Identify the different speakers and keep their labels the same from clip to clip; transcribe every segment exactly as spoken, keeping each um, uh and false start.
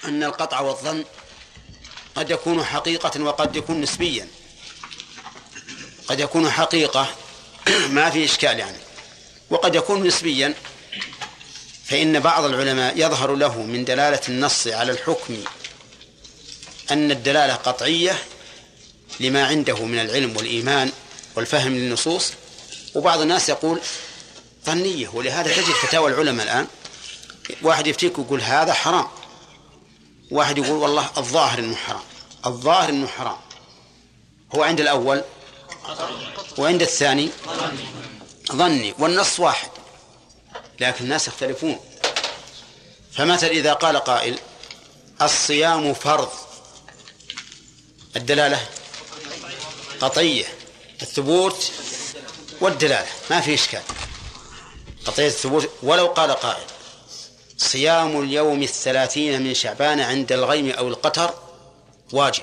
Speaker 1: أن القطع والظن قد يكون حقيقة وقد يكون نسبيا. قد يكون حقيقة ما في إشكال يعني، وقد يكون نسبيا. فإن بعض العلماء يظهر له من دلالة النص على الحكم أن الدلالة قطعية لما عنده من العلم والإيمان والفهم للنصوص، وبعض الناس يقول ظنية. ولهذا تجد فتاوى العلماء الآن واحد يفتيك ويقول هذا حرام، واحد يقول والله الظاهر إنه حرام. الظاهر إنه حرام هو عند الأول، وعند الثاني ظني، والنص واحد لكن الناس يختلفون. فمثل إذا قال قائل الصيام فرض، الدلالة قطعية، الثبوت والدلالة ما في إشكال، قطعية الثبوت. ولو قال قائل صيام اليوم الثلاثين من شعبان عند الغيم أو القتر واجب،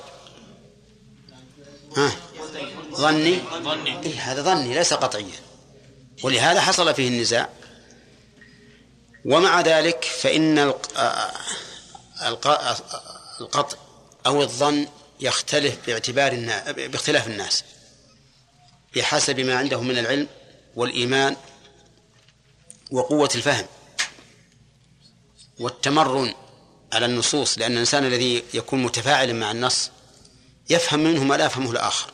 Speaker 1: ها ظني؟ إيه هذا ظني ليس قطعيا، ولهذا حصل فيه النزاع. ومع ذلك فإن القطع أو الظن يختلف باعتبار الناس، باختلاف الناس بحسب ما عندهم من العلم والإيمان وقوة الفهم والتمرن على النصوص، لأن الإنسان الذي يكون متفاعلا مع النص يفهم منه ما لا يفهمه الآخر.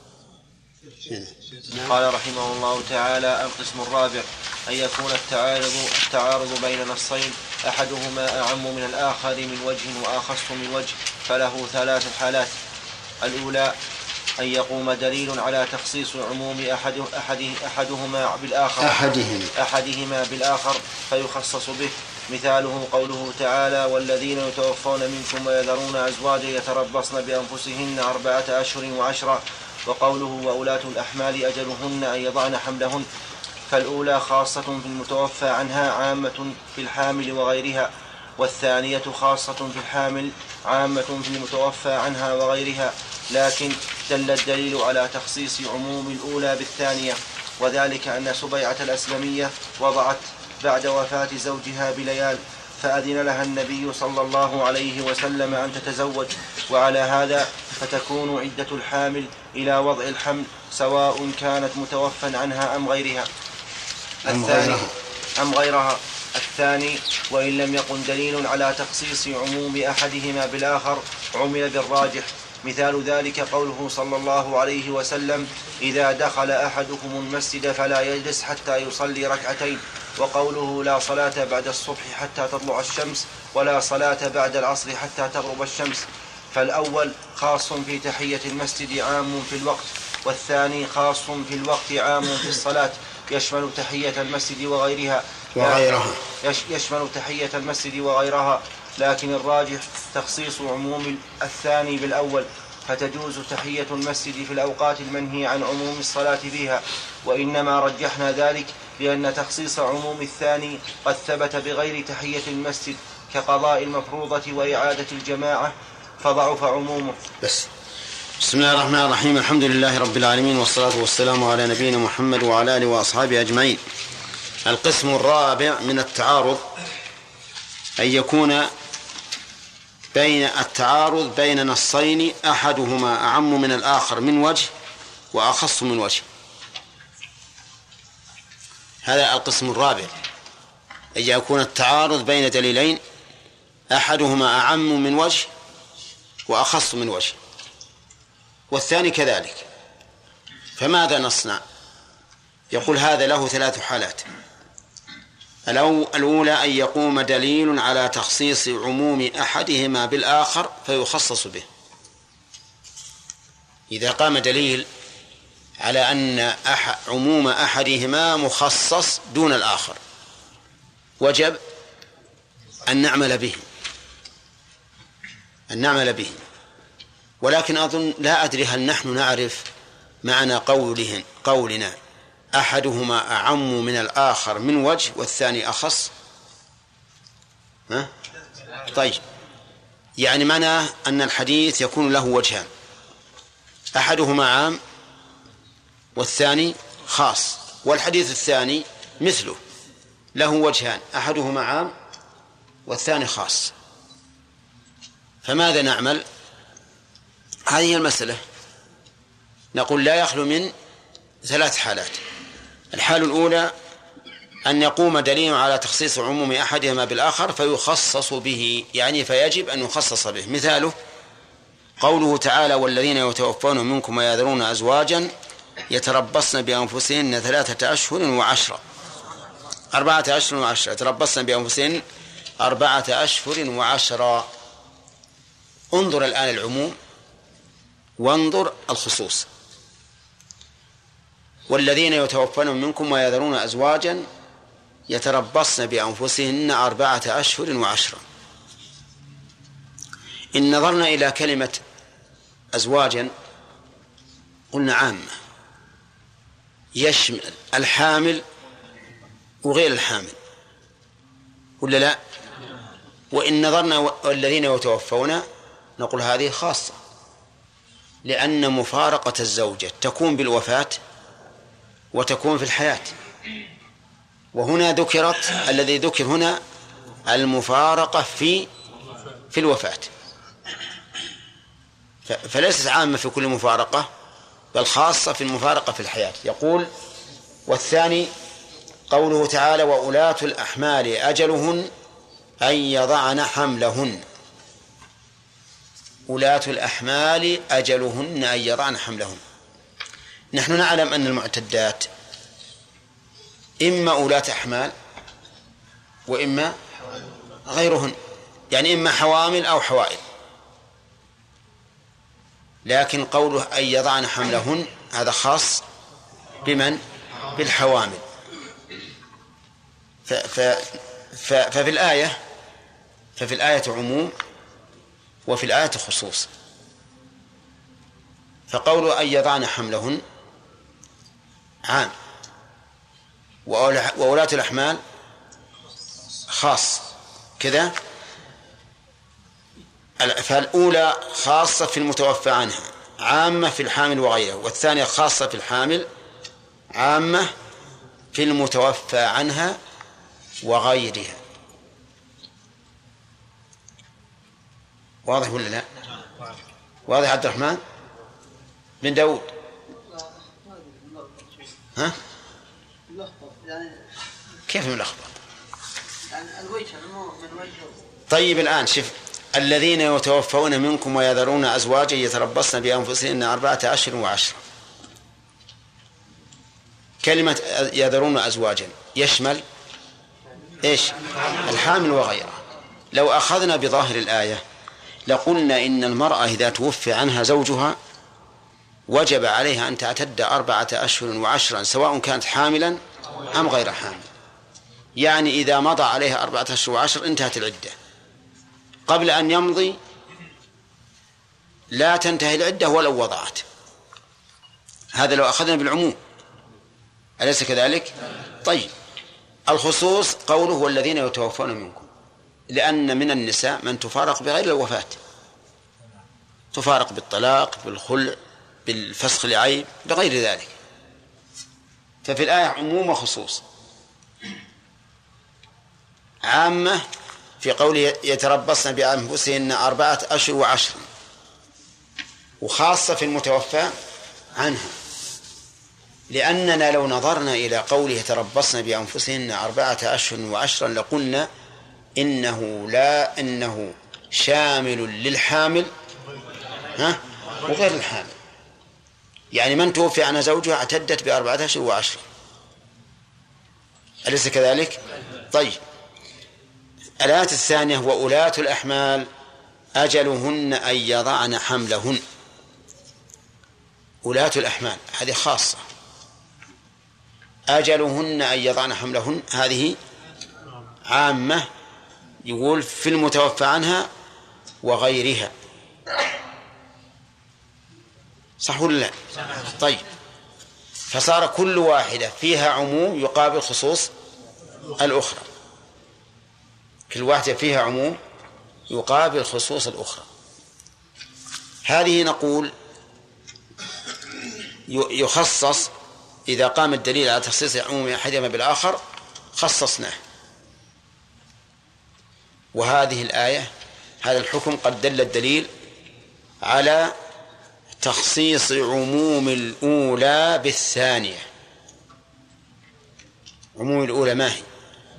Speaker 2: قال رحمه الله تعالى: القسم الرابع أن يكون التعارض التعارض بين نصين أحدهما أعم من الآخر من وجه وآخص من وجه، فله ثلاث حالات. الأولى أن يقوم دليل على تخصيص عموم أحد أحد أحدهما بالآخر
Speaker 1: أحدهما,
Speaker 2: أحدهما بالآخر فيخصص به. مثاله قوله تعالى: والذين يتوفون منكم ويذرون أزواجا يتربصن بأنفسهن أربعة أشهر وعشرا، وقوله: وأولاة الأحمال أجلهن أن يضعن حملهن. فالأولى خاصة في المتوفى عنها عامة في الحامل وغيرها، والثانية خاصة في الحامل عامة في المتوفى عنها وغيرها، لكن دل الدليل على تخصيص عموم الأولى بالثانية، وذلك أن سبيعة الأسلمية وضعت بعد وفاة زوجها بليال، فأذن لها النبي صلى الله عليه وسلم أن تتزوج، وعلى هذا فتكون عدة الحامل إلى وضع الحمل سواء كانت متوفى عنها أم غيرها. الثاني أم غيرها. الثاني وإن لم يكن دليل على تخصيص عموم أحدهما بالآخر عمل بالراجح. مثال ذلك قوله صلى الله عليه وسلم: إذا دخل أحدكم المسجد فلا يجلس حتى يصلي ركعتين، وقوله: لا صلاة بعد الصبح حتى تطلع الشمس، ولا صلاة بعد العصر حتى تغرب الشمس. فالأول خاص في تحية المسجد عام في الوقت، والثاني خاص في الوقت عام في الصلاة، يشمل تحية المسجد وغيرها
Speaker 1: وغيرها
Speaker 2: يشمل تحية المسجد وغيرها لكن الراجح تخصيص عموم الثاني بالأول، فتجوز تحية المسجد في الأوقات المنهي عن عموم الصلاة فيها. وإنما رجحنا ذلك لأن تخصيص عموم الثاني قد ثبت بغير تحية المسجد كقضاء المفروضة وإعادة الجماعة، فضعف عمومه.
Speaker 1: بس. بسم الله الرحمن الرحيم. الحمد لله رب العالمين، والصلاة والسلام على نبينا محمد وعلى آله وأصحابه أجمعين. القسم الرابع من التعارض أن يكون بين التعارض بين نصين أحدهما أعم من الآخر من وجه وأخص من وجه. هذا القسم الرابع، أن يكون التعارض بين دليلين أحدهما أعم من وجه وأخص من وجه، والثاني كذلك. فماذا نصنع؟ يقول هذا له ثلاث حالات. الأولى أن يقوم دليل على تخصيص عموم أحدهما بالآخر فيخصص به. إذا قام دليل على أن عموم أحدهما مخصص دون الآخر وجب أن نعمل به أن نعمل به ولكن أظن لا أدري هل نحن نعرف معنى قولهن قولنا أحدهما أعم من الآخر من وجه والثاني أخص. ها؟ طيب، يعني معناه أن الحديث يكون له وجهان، أحدهما عام والثاني خاص، والحديث الثاني مثله له وجهان، أحدهما عام والثاني خاص. فماذا نعمل؟ هذه المسألة. نقول لا يخلو من ثلاث حالات. الحال الأولى أن يقوم دليل على تخصيص عموم أحدهما بالآخر فيخصص به، يعني فيجب أن يخصص به. مثاله قوله تعالى والذين يتوفون منكم ويذرون أزواجا يتربصن بأنفسهن ثلاثة أشهر وعشرة أربعة أشهر وعشرة يتربصن بأنفسهن أربعة أشهر وعشرة. انظر الآن العموم وانظر الخصوص. والذين يتوفون منكم ويذرون أزواجا يتربصن بأنفسهن أربعة أشهر وعشرة. إن نظرنا إلى كلمة أزواجا قلنا عامة يشمل الحامل وغير الحامل ولا لا؟ وإن نظرنا والذين يتوفون نقول هذه خاصة، لأن مفارقة الزوجة تكون بالوفاة وتكون في الحياة، وهنا ذكرت الذي ذكر هنا المفارقة في في الوفاة، فليست عامة في كل مفارقة بل خاصة في المفارقة في الحياة. يقول والثاني قوله تعالى وأولاة الأحمال أجلهن أن يضعن حملهن. أولاة الأحمال أجلهن أن يضعن حملهن. نحن نعلم أن المعتدات إما أولاة أحمال وإما غيرهن، يعني إما حوامل أو حوائل، لكن قوله أن يضعن حملهن هذا خاص بمن؟ بالحوامل. ف ف ف ففي الآية ففي الآية عموم وفي الآية خصوص. فقوله أن يضعن حملهن عام، وأولاة الأحمال خاص كذا. فالأولى خاصة في المتوفى عنها عامة في الحامل وغيره، والثانية خاصة في الحامل عامة في المتوفى عنها وغيرها. واضح ولا لا؟ واضح عبد الرحمن بن داود؟ ها؟ كيف ملخبط؟ طيب الآن شوف الذين يتوفون منكم ويذرون أزواجا يتربصن بأنفسهن أربعة أشهر وعشرة. كلمة يذرون أزواجا يشمل إيش؟ الحامل وغيره. لو أخذنا بظاهر الآية لقلنا إن المرأة إذا توفي عنها زوجها وجب عليها أن تعتد أربعة أشهر وعشرا سواء كانت حاملا أم غير حامل، يعني إذا مضى عليها أربعة أشهر وعشر انتهت العدة، قبل أن يمضي لا تنتهي العدة ولو وضعت. هذا لو أخذنا بالعموم، أليس كذلك؟ طيب الخصوص قوله والذين يتوفون منكم، لأن من النساء من تفارق بغير الوفاة، تفارق بالطلاق بالخلع بالفسخ لعيب بغير ذلك. ففي الآية عموم وخصوص. عامة في قوله يتربصن بأنفسهن أربعة أشهر وعشرا، وخاصة في المتوفى عنها، لأننا لو نظرنا إلى قوله يتربصن بأنفسهن أربعة أشهر وعشرا لقلنا إنه لا إنه شامل للحامل ها وغير الحامل، يعني من توفي عن زوجها اعتدت بأربعة أشهر وعشرة، أليس كذلك؟ طيب الآية الثانية وأولاة الأحمال أجلهن أن يضعن حملهن. أولاة الأحمال هذه خاصة، أجلهن أن يضعن حملهن هذه عامة، يقول في المتوفى عنها وغيرها. صح ولا لا؟ طيب فصار كل واحدة فيها عموم يقابل خصوص الأخرى، كل واحدة فيها عموم يقابل خصوص الأخرى. هذه نقول يخصص إذا قام الدليل على تخصيص عموم أحدهما بالآخر خصصناه. وهذه الآية هذا الحكم قد دل الدليل على تخصيص عموم الأولى بالثانية. عموم الأولى ما هي؟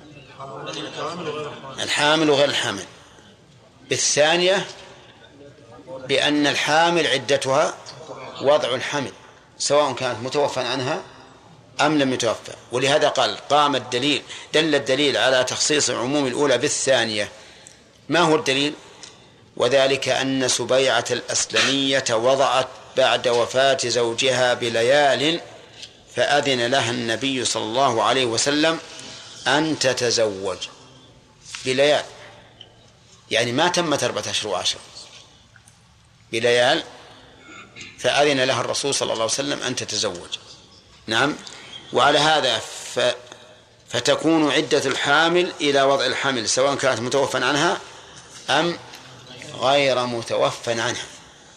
Speaker 1: الحامل وغير الحامل. بالثانية بأن الحامل عدتها وضع الحمل سواء كانت متوفى عنها أم لم يتوفى. ولهذا قال قام الدليل دل الدليل على تخصيص عموم الأولى بالثانية. ما هو الدليل؟ وذلك أن سبيعة الأسلمية وضعت بعد وفاة زوجها بليال فأذن لها النبي صلى الله عليه وسلم أن تتزوج بليال، يعني ما تمت أربعة أشهر وعشر، بليال فأذن لها الرسول صلى الله عليه وسلم أن تتزوج. نعم. وعلى هذا ف... فتكون عدة الحامل إلى وضع الحمل سواء كانت متوفى عنها أم غير متوفى عنها.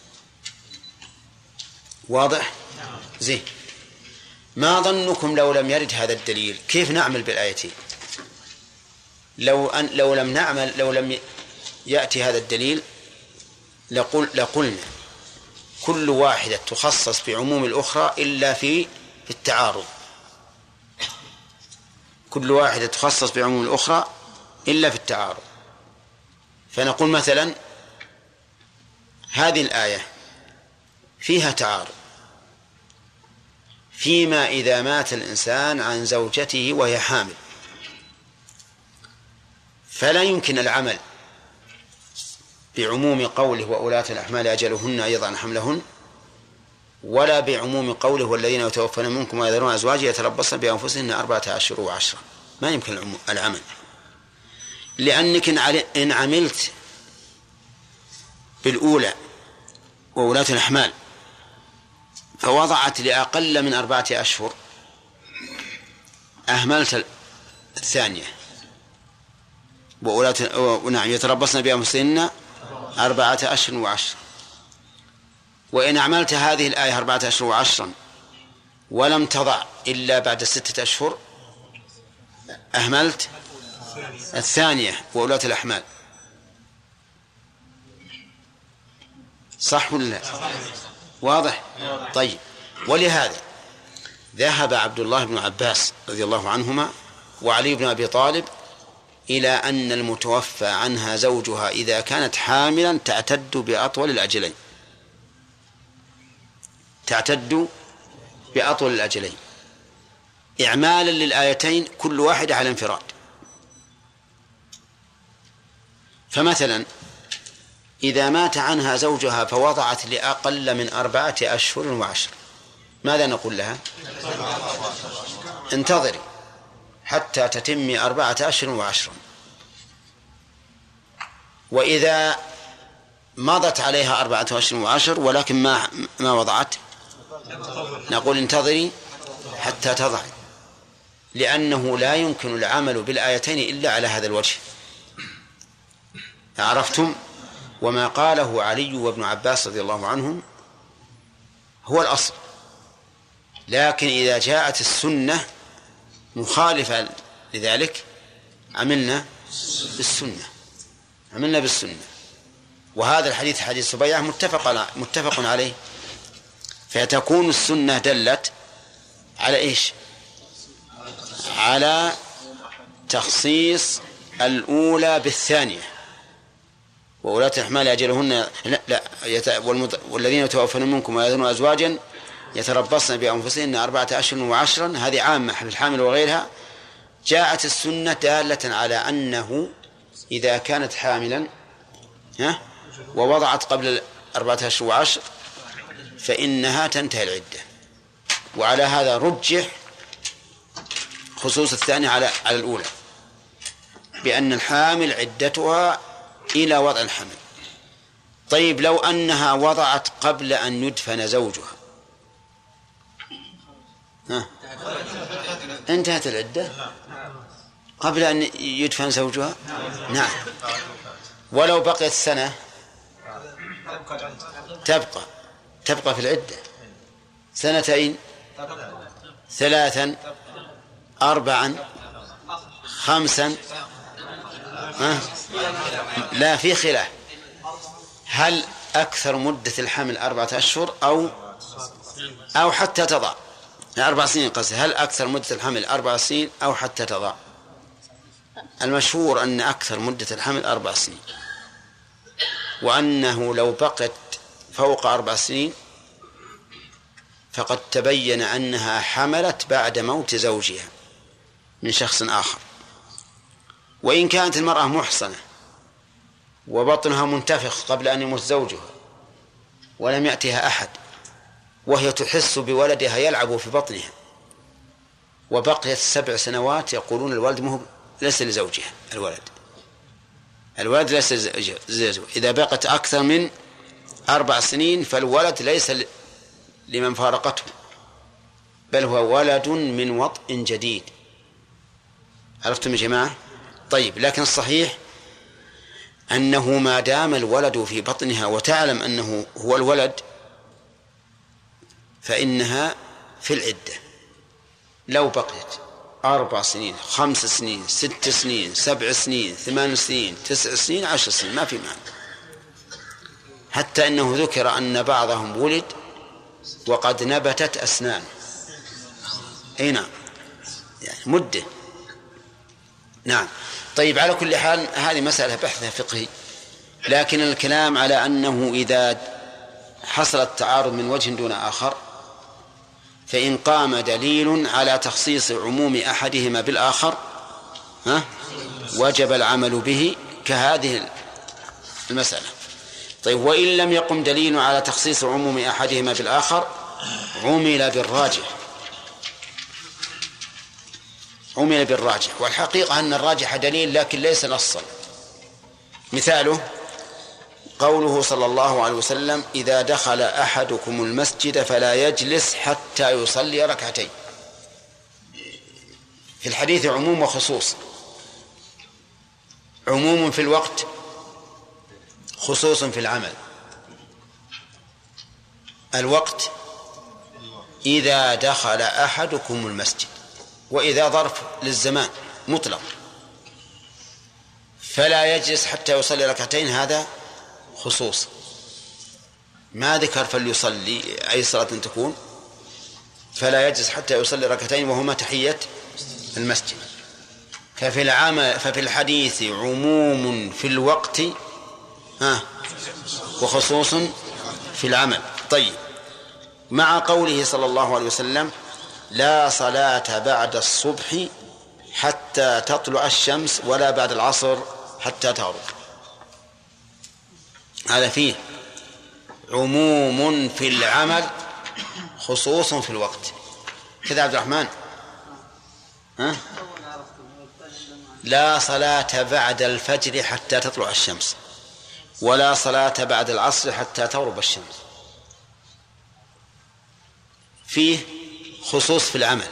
Speaker 1: واضح؟ زين. ما ظنكم لو لم يرد هذا الدليل كيف نعمل بالآيتين؟ لو أن لو لم نعمل لو لم يأتي هذا الدليل لقل لقلنا كل واحدة تخصص بعموم الأخرى إلا في التعارض. كل واحدة تخصص بعموم الأخرى إلا في التعارض. فنقول مثلا هذه الآية فيها تعارض فيما إذا مات الإنسان عن زوجته وهي حامل، فلا يمكن العمل بعموم قوله وأولاة الأحمال أجلهن أن يضعن حملهن، ولا بعموم قوله والذين يتوفون منكم ويذرون أزواجا يتربصن بأنفسهن أربعة أشهر وعشرة. ما يمكن العمل، لأنك إن عملت بالأولى وولاة الأحمال فوضعت لأقل من أربعة أشهر أهملت الثانية وولاة ونعم يتربصن بأنفسهن أربعة أشهر وعشرة. وإن عملت هذه الآية أربعة أشهر وعشرا ولم تضع إلا بعد ستة أشهر أهملت الثانية وولاة الأحمال. صح ولا لا؟ واضح؟ طيب. ولهذا ذهب عبد الله بن عباس رضي الله عنهما وعلي بن أبي طالب إلى أن المتوفى عنها زوجها إذا كانت حاملا تعتد بأطول الأجلين، تعتد بأطول الأجلين إعمالا للآيتين كل واحدة على انفراد. فمثلا إذا مات عنها زوجها فوضعت لأقل من أربعة أشهر وعشر، ماذا نقول لها؟ انتظري حتى تتمي أربعة أشهر وعشر. وإذا مضت عليها أربعة أشهر وعشر ولكن ما ما وضعت نقول انتظري حتى تضع، لأنه لا يمكن العمل بالآيتين إلا على هذا الوجه. عرفتم؟ وما قاله علي وابن عباس رضي الله عنهم هو الأصل، لكن إذا جاءت السنة مخالفة لذلك عملنا بالسنة عملنا بالسنة وهذا الحديث حديث سبيعة متفق متفق عليه، فتكون السنة دلت على إيش؟ على تخصيص الأولى بالثانية وولاة الأحمال أجلهن لا, لا والذين يتوفون منكم ويذرون أزواجا يتربصن بأنفسهن أربعة أشهر وعشرا، هذه عامة في الحامل وغيرها. جاءت السنة دالة على أنه إذا كانت حاملا ها ووضعت قبل أربعة أشهر وعشر فإنها تنتهي العدة. وعلى هذا رجح خصوص الثانية على على الأولى بأن الحامل عدتها إلى وضع الحمل. طيب لو أنها وضعت قبل أن يدفن زوجها ها انتهت العدة قبل أن يدفن زوجها؟ نعم. ولو بقيت سنة تبقى تبقى في العدة سنتين ثلاثا أربعا خمسا ها؟ لا في خلاف هل أكثر مدة الحمل أربعة أشهر أو أو حتى تضع؟ أربع سنين قصدي. هل أكثر مدة الحمل أربع سنين أو حتى تضع؟ المشهور أن أكثر مدة الحمل أربع سنين، وأنه لو بقت فوق أربع سنين فقد تبين أنها حملت بعد موت زوجها من شخص آخر. وإن كانت المرأة محصنة وبطنها منتفخ قبل أن يموت زوجها ولم يأتها أحد وهي تحس بولدها يلعب في بطنها وبقيت سبع سنوات، يقولون الولد مهب ليس لزوجها، الولد الولد ليس لزوجها. إذا بقت أكثر من أربع سنين فالولد ليس لمن فارقته، بل هو ولد من وطء جديد. عرفتم يا جماعة؟ طيب، لكن الصحيح أنه ما دام الولد في بطنها وتعلم أنه هو الولد فإنها في العدة. لو بقيت أربع سنين، خمس سنين، ست سنين، سبع سنين، ثمان سنين، تسع سنين، عشر سنين، ما في معنى. حتى أنه ذكر أن بعضهم ولد وقد نبتت أسنان. أي نعم، يعني مدة. نعم. طيب، على كل حال هذه مسألة بحثها فقهي، لكن الكلام على أنه إذا حصل التعارض من وجه دون آخر فإن قام دليل على تخصيص عموم أحدهما بالآخر ها وجب العمل به كهذه المسألة. طيب، وإن لم يقم دليل على تخصيص عموم أحدهما بالآخر عمل بالراجح عمل بالراجح والحقيقة أن الراجح دليل لكن ليس نصا. مثاله قوله صلى الله عليه وسلم: إذا دخل أحدكم المسجد فلا يجلس حتى يصلي ركعتين. في الحديث عموم وخصوص، عموم في الوقت، خصوص في العمل. الوقت إذا دخل أحدكم المسجد، وإذا ظرف للزمان مطلق. فلا يجلس حتى يصلي ركعتين، هذا خصوص، ما ذكر فليصلي أي صلاة تكون. فلا يجلس حتى يصلي ركعتين وهما تحية المسجد. ففي العمل ففي الحديث عموم في الوقت ها وخصوص في العمل. طيب، مع قوله صلى الله عليه وسلم: لا صلاة بعد الصبح حتى تطلع الشمس ولا بعد العصر حتى تغرب. هذا فيه عموم في العمل خصوص في الوقت. كذا عبد الرحمن؟ ها؟ لا صلاة بعد الفجر حتى تطلع الشمس ولا صلاة بعد العصر حتى تغرب الشمس. فيه خصوص في العمل،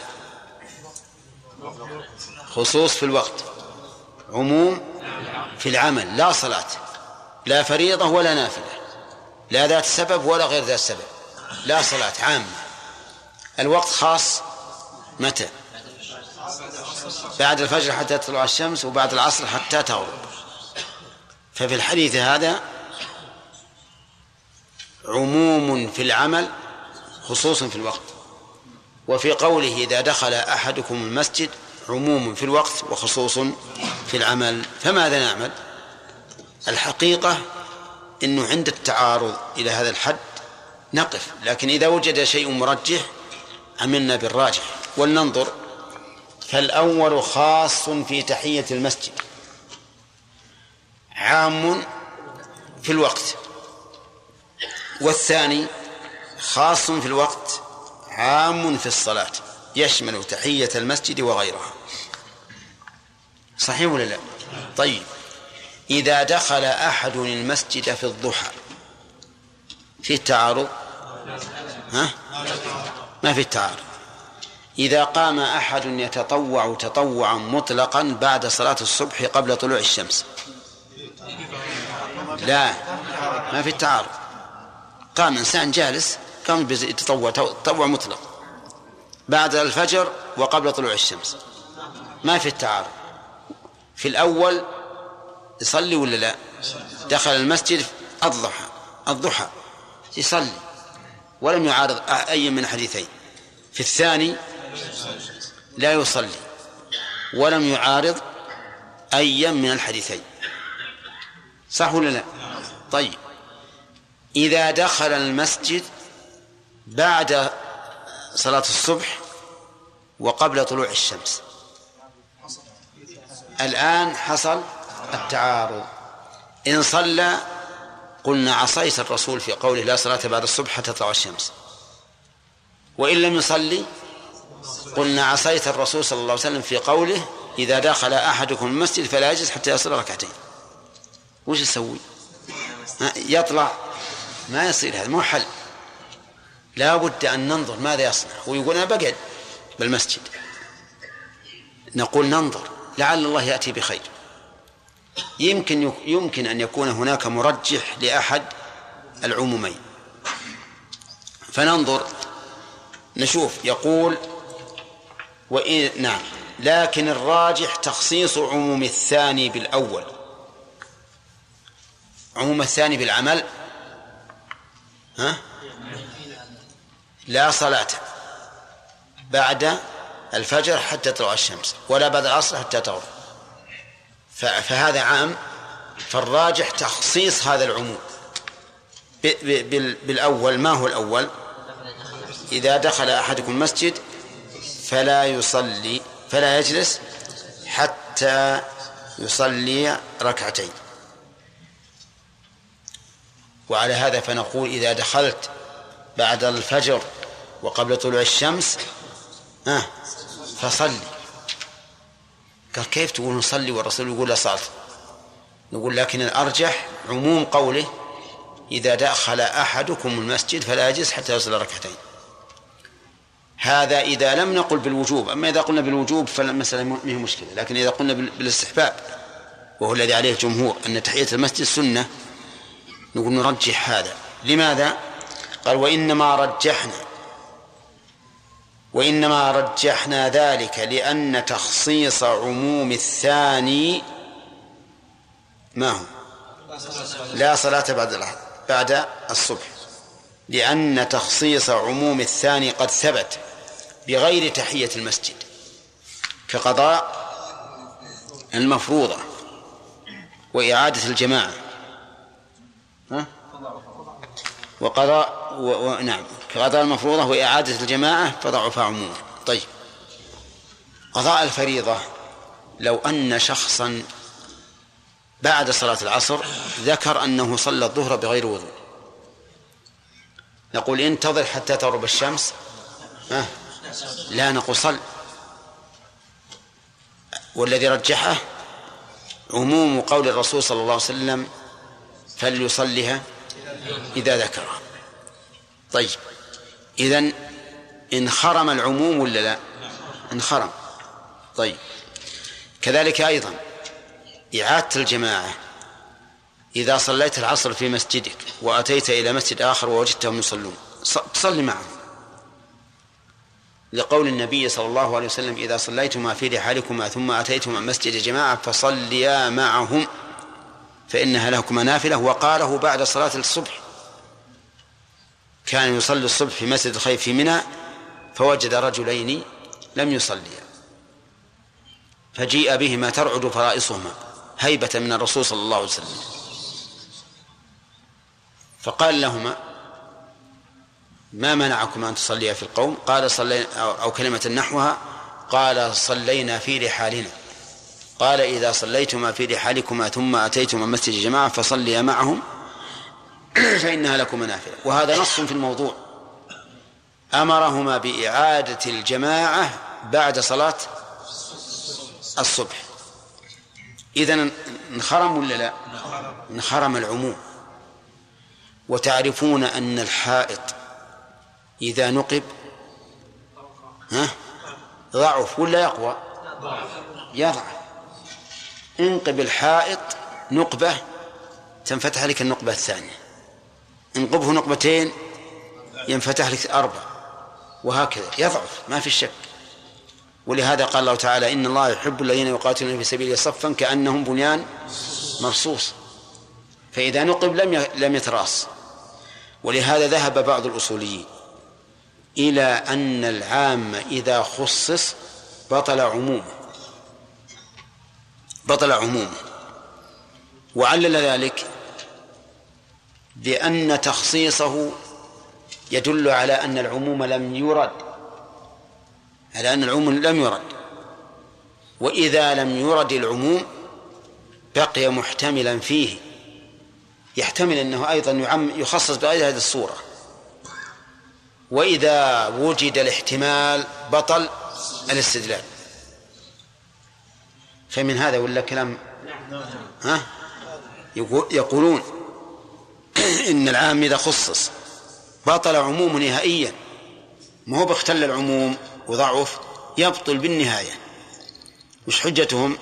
Speaker 1: خصوص في الوقت، عموم في العمل. لا صلاة، لا فريضة ولا نافلة، لا ذات سبب ولا غير ذات سبب، لا صلاة عامة. الوقت خاص متى؟ بعد الفجر حتى تطلع الشمس وبعد العصر حتى تغرب. ففي الحديث هذا عموم في العمل خصوص في الوقت. وفي قوله إذا دخل أحدكم المسجد عموم في الوقت وخصوص في العمل. فماذا نعمل؟ الحقيقة إنه عند التعارض إلى هذا الحد نقف، لكن إذا وجد شيء مرجح عملنا بالراجح. ولننظر. فالأول خاص في تحية المسجد، عام في الوقت. والثاني خاص في الوقت، عام في الصلاة، يشمل تحية المسجد وغيرها. صحيح ولا لا؟ طيب، إذا دخل أحد المسجد في الضحى في التعارض؟ ها؟ ما في التعارض. إذا قام أحد يتطوع تطوعا مطلقا بعد صلاة الصبح قبل طلوع الشمس؟ لا، ما في التعارض. قام إنسان جالس قام يتطوع تطوع مطلق بعد الفجر وقبل طلوع الشمس، ما في التعارض. في الأول يصلي ولا لا؟ دخل المسجد الضحى الضحى يصلي ولم يعارض أي من الحديثين. في الثاني لا يصلي ولم يعارض أي من الحديثين. صح ولا لا؟ طيب، إذا دخل المسجد بعد صلاة الصبح وقبل طلوع الشمس، الآن حصل التعارض. إن صلى قلنا عصيت الرسول في قوله لا صلاة بعد الصبح حتى تطلع الشمس، وإن لم يصلي قلنا عصيت الرسول صلى الله عليه وسلم في قوله إذا دخل أحدكم المسجد فلا يجلس حتى يصلي ركعتين. وش يسوي؟ يطلع؟ ما يصير، هذا مو حل. لا بد أن ننظر ماذا يصنع. ويقول أنا بقعد بالمسجد، نقول ننظر لعل الله يأتي بخير. يمكن يمكن أن يكون هناك مرجح لأحد العمومين، فننظر نشوف. يقول وإن نعم، لكن الراجح تخصيص عموم الثاني بالأول، عموم الثاني بالعمل. ها؟ لا صلاة بعد الفجر حتى تطلع الشمس، ولا بعد العصر حتى تغرب، فهذا عام. فالراجح تخصيص هذا العموم بالأول. ما هو الأول؟ إذا دخل أحدكم المسجد فلا يصلي فلا يجلس حتى يصلي ركعتين. وعلى هذا فنقول إذا دخلت بعد الفجر وقبل طلوع الشمس آه فصلي. قال كيف تقول نصلي والرسول يقول لا صلاة؟ نقول لكن الأرجح عموم قوله إذا دخل أحدكم المسجد فلا يجلس حتى يصلي ركعتين. هذا إذا لم نقل بالوجوب. أما إذا قلنا بالوجوب فالمسألة ما هي مشكلة، لكن إذا قلنا بالاستحباب وهو الذي عليه الجمهور أن تحية المسجد سنة، نقول نرجح هذا. لماذا؟ قال وإنما رجحنا وإنما رجحنا ذلك لأن تخصيص عموم الثاني ما هو؟ لا صلاة بعد بعد الصبح، لأن تخصيص عموم الثاني قد ثبت بغير تحية المسجد، كقضاء المفروضة وإعادة الجماعة ها؟ وقضاء و... و... نعم كقضاء المفروضة وإعادة الجماعة فضعف عموما. طيب، قضاء الفريضة لو أن شخصا بعد صلاة العصر ذكر أنه صلى الظهر بغير وضوء، نقول انتظر حتى تغرب الشمس؟ ها؟ لا، نقول صل. والذي رجحه عموم قول الرسول صلى الله عليه وسلم فليصلها إذا ذكرها. طيب، إذن انخرم العموم ولا لا؟ انخرم. طيب، كذلك أيضا إعادة الجماعة. إذا صليت العصر في مسجدك وأتيت إلى مسجد آخر ووجدتهم يصلون تصلي معهم، لقول النبي صلى الله عليه وسلم إذا صليتما في رحالكما ثم أتيتما مسجد جماعة فصليا معهم فإنها لكما نافلة. وقاله بعد صلاة الصبح، كان يصلي الصبح في مسجد الخيف في منى فوجد رجلين لم يصليا فجيء بهما ترعد فرائصهما هيبة من الرسول صلى الله عليه وسلم، فقال لهما ما منعكما أن تصليا في القوم؟ قال صلينا، أو كلمة نحوها، قال صلينا في رحالنا. قال إذا صليتما في رحالكما ثم أتيتما مسجد جماعة فصليا معهم فإنها لكما نافلة. وهذا نص في الموضوع، أمرهما بإعادة الجماعة بعد صلاة الصبح. إذن انخرم ولا لا؟ انخرم العموم. وتعرفون أن الحائط إذا نقب ها ضعف ولا يقوى؟ يضعف. انقب الحائط نقبة تنفتح لك النقبة الثانية، انقبه نقبتين ينفتح لك أربع، وهكذا يضعف ما في شك. ولهذا قال الله تعالى إن الله يحب الذين يقاتلون في سبيله صفا كأنهم بنيان مرصوص. فإذا نقب لم لم يتراص ولهذا ذهب بعض الأصوليين إلى أن العام إذا خصص بطل عمومه بطل عمومه وعلل ذلك بأن تخصيصه يدل على أن العموم لم يرد على أن العموم لم يرد وإذا لم يرد العموم بقي محتملا فيه، يحتمل أنه أيضا يعم يخصص بغير هذه الصورة، وإذا وجد الاحتمال بطل الاستدلال. فمن هذا ولا كلام ها يقولون إن العام إذا خصص بطل عموم نهائيا، ما هو باختل العموم وضعف، يبطل بالنهاية. وش حجتهم؟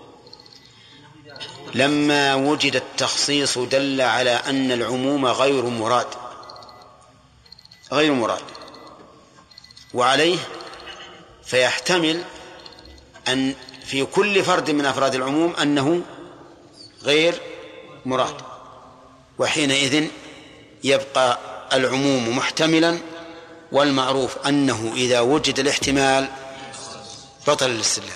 Speaker 1: لما وجد التخصيص دل على أن العموم غير مراد غير مراد وعليه فيحتمل أن في كل فرد من أفراد العموم أنه غير مراد، وحينئذ يبقى العموم محتملا، والمعروف أنه إذا وجد الاحتمال بطل الاستدلال.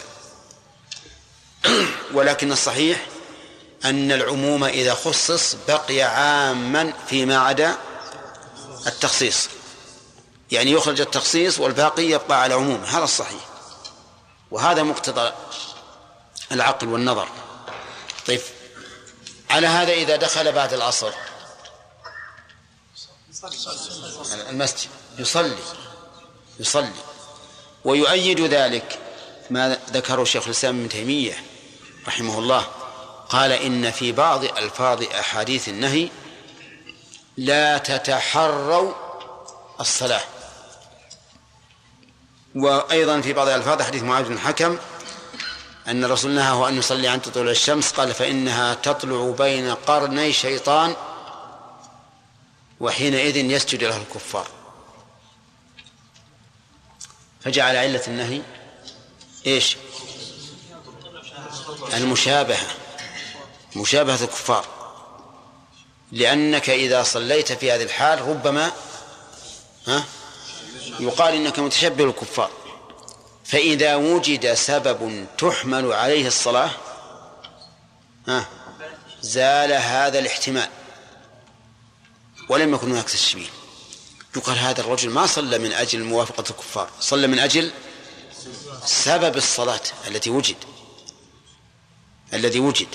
Speaker 1: ولكن الصحيح أن العموم إذا خصص بقي عاما فيما عدا التخصيص، يعني يخرج التخصيص والباقي يبقى على عموم. هذا الصحيح، وهذا مقتضى العقل والنظر. طيب، على هذا إذا دخل بعد العصر المسجد يصلي يصلي ويؤيد ذلك ما ذكره شيخ الإسلام ابن تيمية رحمه الله، قال إن في بعض ألفاظ أحاديث النهي لا تتحروا الصلاة، وأيضا في بعض الألفاظ حديث معاذ بن الحكم أن الرسول نهاه أن يصلي عن تطلع الشمس، قال فإنها تطلع بين قرني شيطان وحينئذ يسجد له الكفار، فجعل علة النهي إيش؟ المشابهة، مشابهة الكفار، لأنك إذا صليت في هذه الحال ربما ها يقال إنك متشبه الكفار. فإذا وجد سبب تحمل عليه الصلاة ها زال هذا الاحتمال ولم يكن هناك تشبيه. يقال هذا الرجل ما صلى من أجل موافقة الكفار، صلى من أجل سبب الصلاة التي وجد الذي وجد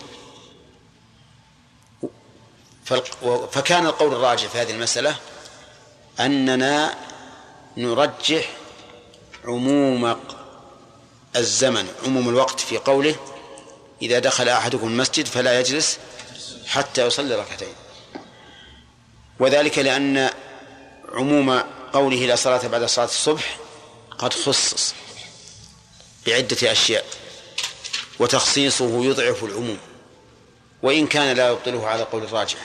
Speaker 1: فكان القول الراجح في هذه المسألة أننا نرجح عموم الزمن عموم الوقت في قوله إذا دخل أحدكم المسجد فلا يجلس حتى يصلي ركعتين، وذلك لأن عموم قوله لا صلاة بعد صلاة الصبح قد خصص بعدة أشياء، وتخصيصه يضعف العموم وإن كان لا يبطله على قول الراجح.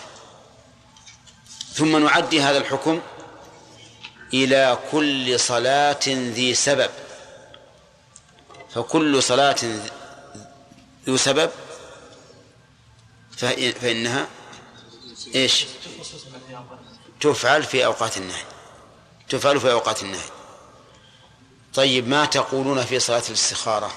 Speaker 1: ثم نعدي هذا الحكم إلى كل صلاة ذي سبب، فكل صلاة ذو سبب فإنها إيش؟ تفعل في أوقات النهي تفعل في أوقات النهي. طيب، ما تقولون في صلاة الاستخارة؟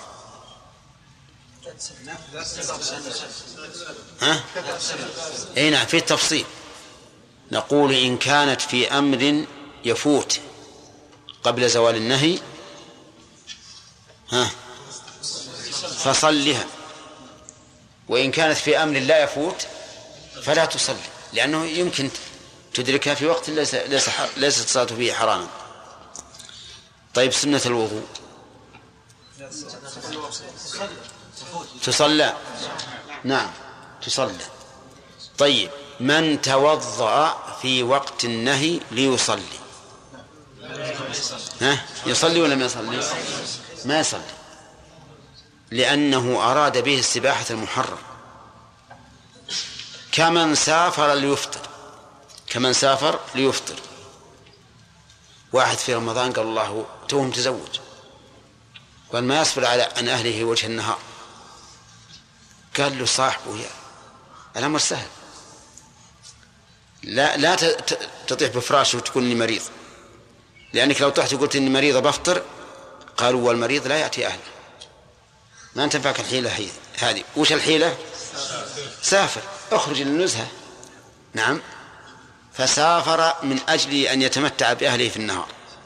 Speaker 1: ها؟ أي نعم، في التفصيل نقول إن كانت في أمر يفوت قبل زوال النهي ها فصلها، وإن كانت في أمر لا يفوت فلا تصلي، لأنه يمكن تدركها في وقت ليس ليس ليست الصلاة فيه حراما. طيب، سنة الوضوء تصلى؟ نعم تصلى. طيب، من توضأ في وقت النهي ليصلي ها يصلي ولا ما يصلي؟ ما يصلي، لأنه أراد به السباحة المحرم، كمن سافر ليفطر كمن سافر ليفطر واحد في رمضان قال الله توه متزوج، قال ما يصبر على أن أهله وجه النهار، قال له صاحبه يا الأمر سهل، لا لا تطيح بفراش وتقول إني مريض، لأنك لو طحت وقلت إني مريضة بفطر قالوا والمريض لا يأتي أهله، ما تنفعك الحيلة هي هذه. وش الحيلة؟ سافر، اخرج للنزهة. نعم، فسافر من أجل أن يتمتع بأهله في النهار.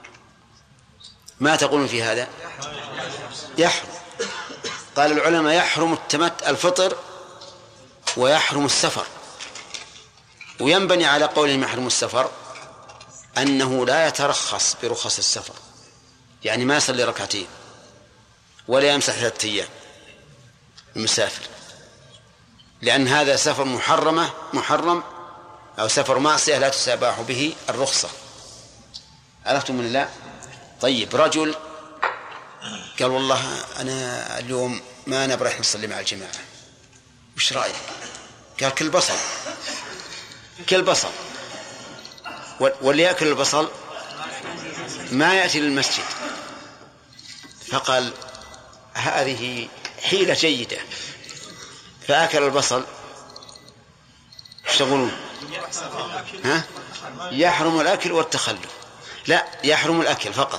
Speaker 1: ما تقولون في هذا؟ يحرم. قال العلماء يحرم التمت الفطر ويحرم السفر. وينبني على قولهم يحرم السفر أنه لا يترخص برخص السفر، يعني ما يصلي ركعتين ولا يمسح ثلاثة أيام المسافر، لأن هذا سفر محرمة محرم أو سفر معصية لا تستباح به الرخصة. عرفتم من الله؟ طيب، رجل قال والله أنا اليوم ما نبرح نصلي مع الجماعة، وش رأيك؟ قال كل بصل، كل بصل، واللي يأكل البصل ما يأتي للمسجد. فقال هذه حيلة جيدة، فأكل البصل. ايش تقولون؟ ها؟ يحرم الأكل والتخلف؟ لا، يحرم الأكل فقط،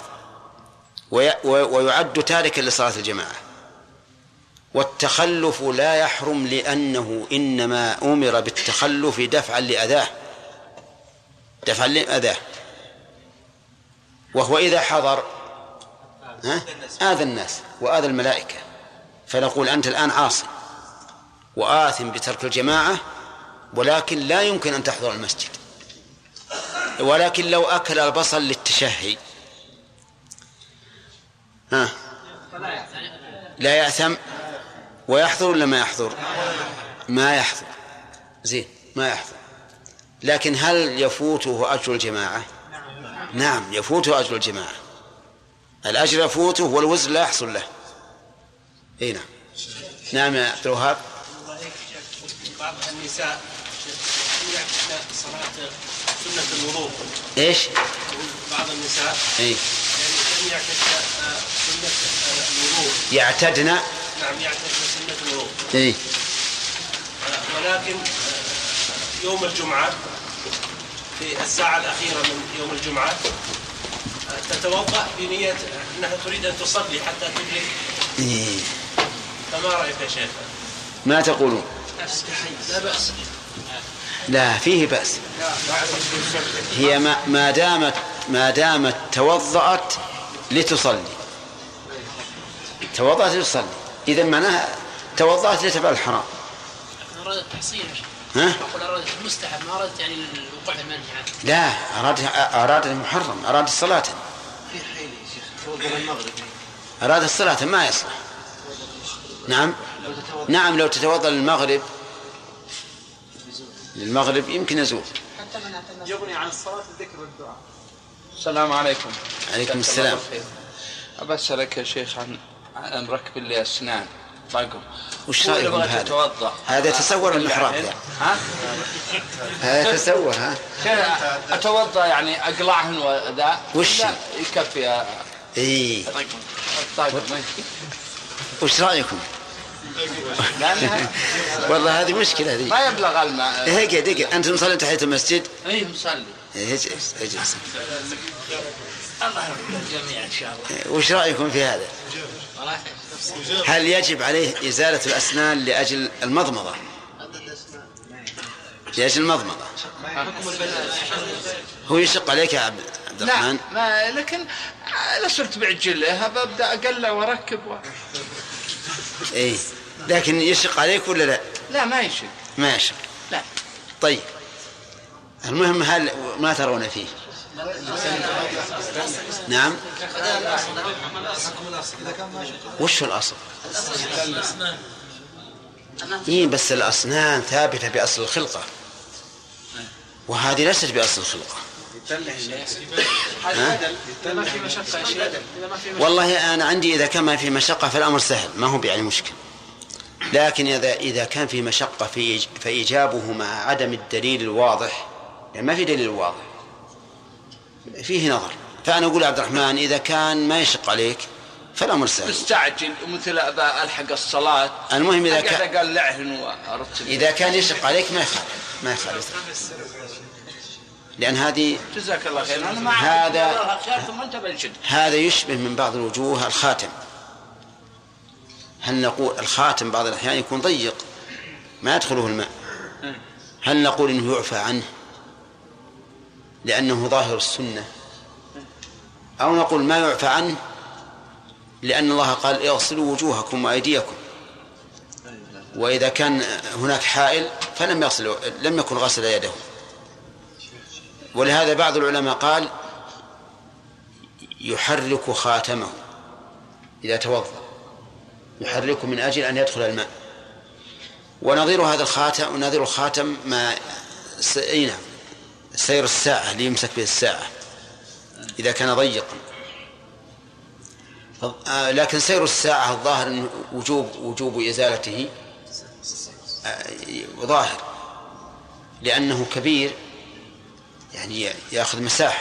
Speaker 1: ويعد تاركا لصلاة الجماعة. والتخلف لا يحرم لأنه إنما أمر بالتخلف دفعا لأذاه، دفعا لأذاه، وهو إذا حضر ها؟ آذى الناس وآذى الملائكة، فنقول أنت الآن عاصي وآثم بترك الجماعة، ولكن لا يمكن أن تحضر المسجد. ولكن لو أكل البصل للتشهي ها؟ لا يأثم ويحضر ولا ما يحضر؟ ما يحضر، زين ما يحضر. لكن هل يفوته أجر الجماعة؟ نعم يفوته أجر الجماعة، الأجر يفوته والوزر لا يحصل له. اي نعم. نعم يا عبد الوهاب.
Speaker 3: بعض النساء يعتدن صلاة سنة الوضوء.
Speaker 1: ايش؟
Speaker 3: بعض النساء
Speaker 1: اي
Speaker 3: يعني يعتدن سنة الوضوء.
Speaker 1: يعتدن؟
Speaker 3: نعم يعتدن سنة الوضوء.
Speaker 1: اي.
Speaker 3: ولكن يوم الجمعة في الساعة الأخيرة من يوم الجمعة تتوضأ بنية أنها تريد أن تصلي حتى تدرك.
Speaker 1: إيه.
Speaker 3: فما رأيك يا شيخ؟
Speaker 1: ما تقولون؟
Speaker 3: لا بأس.
Speaker 1: لا فيه بأس. هي ما, ما دامت ما دامت توضأت لتصلي، توضأت لتصلي، إذا معناها توضأت لتفعل الحرام.
Speaker 4: أرادت التحصيل.
Speaker 1: ها؟
Speaker 4: أقول أرادت المستحب، ما أرادت يعني الوقوع في المنهي عنه.
Speaker 1: لا، أراد أراد المحرم، أراد الصلاة.
Speaker 3: في حيل يا شيخ توضأ المغرب.
Speaker 1: أراد الصلاة ما يصلح. نعم نعم لو تتوضأ للمغرب للمغرب يمكن يزول.
Speaker 3: يغني عن الصلاة الذكر والدعاء.
Speaker 5: السلام عليكم.
Speaker 1: عليكم السلام.
Speaker 5: أبسألك يا شيخ عن عن ركب اللي أسنان طقم.
Speaker 1: وش رأيكم بهذا؟ هذا تصور المحراب يعني.
Speaker 5: ها؟
Speaker 1: هذا تصور ها؟
Speaker 5: أتوضأ يعني أقلعهن وذا.
Speaker 1: وش؟
Speaker 5: يكفي.
Speaker 1: إيه.
Speaker 5: طقم.
Speaker 1: وش رأيكم؟ والله هذه مشكلة هذه.
Speaker 5: ما يبلغ الماء.
Speaker 1: هيك دقيقة، أنت مصلي تحية المسجد؟
Speaker 5: أي مصلي.
Speaker 1: اجلس اجلس.
Speaker 4: الله يرحم الجميع إن شاء الله.
Speaker 1: وش رأيكم في هذا؟ هل يجب عليه إزالة الأسنان لأجل المضمضة؟ لأجل المضمضة. هو يشق عليك يا عبد الرحمن؟
Speaker 5: لا ما لكن لا صرت بعجله ببدأ أقلع وأركب و...
Speaker 1: إيه لكن يشق عليك ولا لا؟
Speaker 5: لا ما يشق.
Speaker 1: ما يشق.
Speaker 5: لا.
Speaker 1: طيب المهم هل ما ترون فيه؟ نعم. وش الأصل؟ إيه بس الأسنان ثابتة بأصل الخلقة، وهذه ليست بأصل الخلقة. والله أنا عندي إذا كان ما في مشقة فالأمر سهل، ما هو يعني مشكل. لكن إذا إذا كان في مشقة في فإيجابه مع عدم الدليل الواضح، يعني ما في دليل واضح، فيه نظر. فأنا أقول عبد الرحمن إذا كان ما يشق عليك فالأمر سهل.
Speaker 5: مستعجل مثل أبا ألحق الصلاة.
Speaker 1: المهم إذا كان
Speaker 5: قال لعهن وأرتب.
Speaker 1: إذا كان يشق عليك ما يخالف ما يخالف. لأن هذه
Speaker 5: جزاك الله خير. أنا ما
Speaker 1: هذا
Speaker 5: ثم أنت بنشد.
Speaker 1: هذا يشبه من بعض الوجوه الخاتم. هل نقول الخاتم بعض الأحيان يكون ضيق ما يدخله الماء، هل نقول إنه يعفى عنه لأنه ظاهر السنة، أو نقول ما يعفى عنه لأن الله قال اغسلوا وجوهكم وأيديكم، وإذا كان هناك حائل فلم يغسل لم يكن غسل يده. ولهذا بعض العلماء قال يحرك خاتمه إذا توضأ، يحرك من أجل أن يدخل الماء. ونظير هذا الخاتم ونظير الخاتم ما س... نعم سير الساعة اللي يمسك به الساعة إذا كان ضيقا. ف... آه لكن سير الساعة الظاهر وجوب وجوب إزالته آه ظاهر لأنه كبير يعني يأخذ مساحة.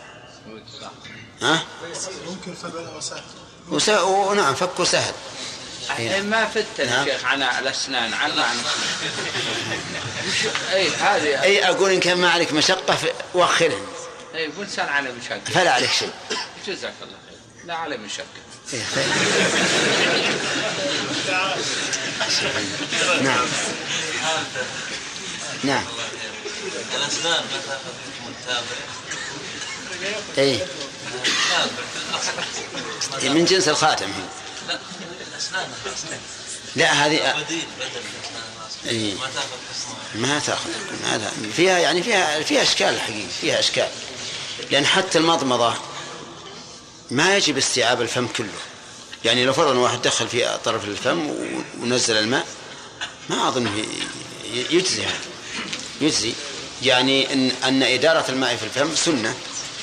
Speaker 1: ها؟
Speaker 6: ممكن فبلا وسهل.
Speaker 1: وس... ونعم فكه سهل.
Speaker 5: ما فتن شيخ عن الأسنان عن عن أي هذه
Speaker 1: أي أقول إن كان ما عليك مشقة وأخرهم.
Speaker 5: أي بنسان على مشقة
Speaker 1: فلا عليك شيء.
Speaker 5: جزاك الله خير. لا على مشقة.
Speaker 1: نعم نعم.
Speaker 3: الأسنان متى حكم التابع؟
Speaker 1: أي من جنس الخاتم هي.
Speaker 3: لا الأسنان
Speaker 1: لا هذه
Speaker 3: بديل بدل
Speaker 1: إيه.
Speaker 3: ما تأخذ قسمة
Speaker 1: ما تأخذ ما فيها يعني فيها فيها إشكال حقيقي فيها إشكال، لأن حتى المضمضة ما يجب استيعاب الفم كله. يعني لو فرضنا واحد دخل في طرف الفم ونزل الماء ما أظن يجزي هذا يجزي يعني إن أن إدارة الماء في الفم سنة.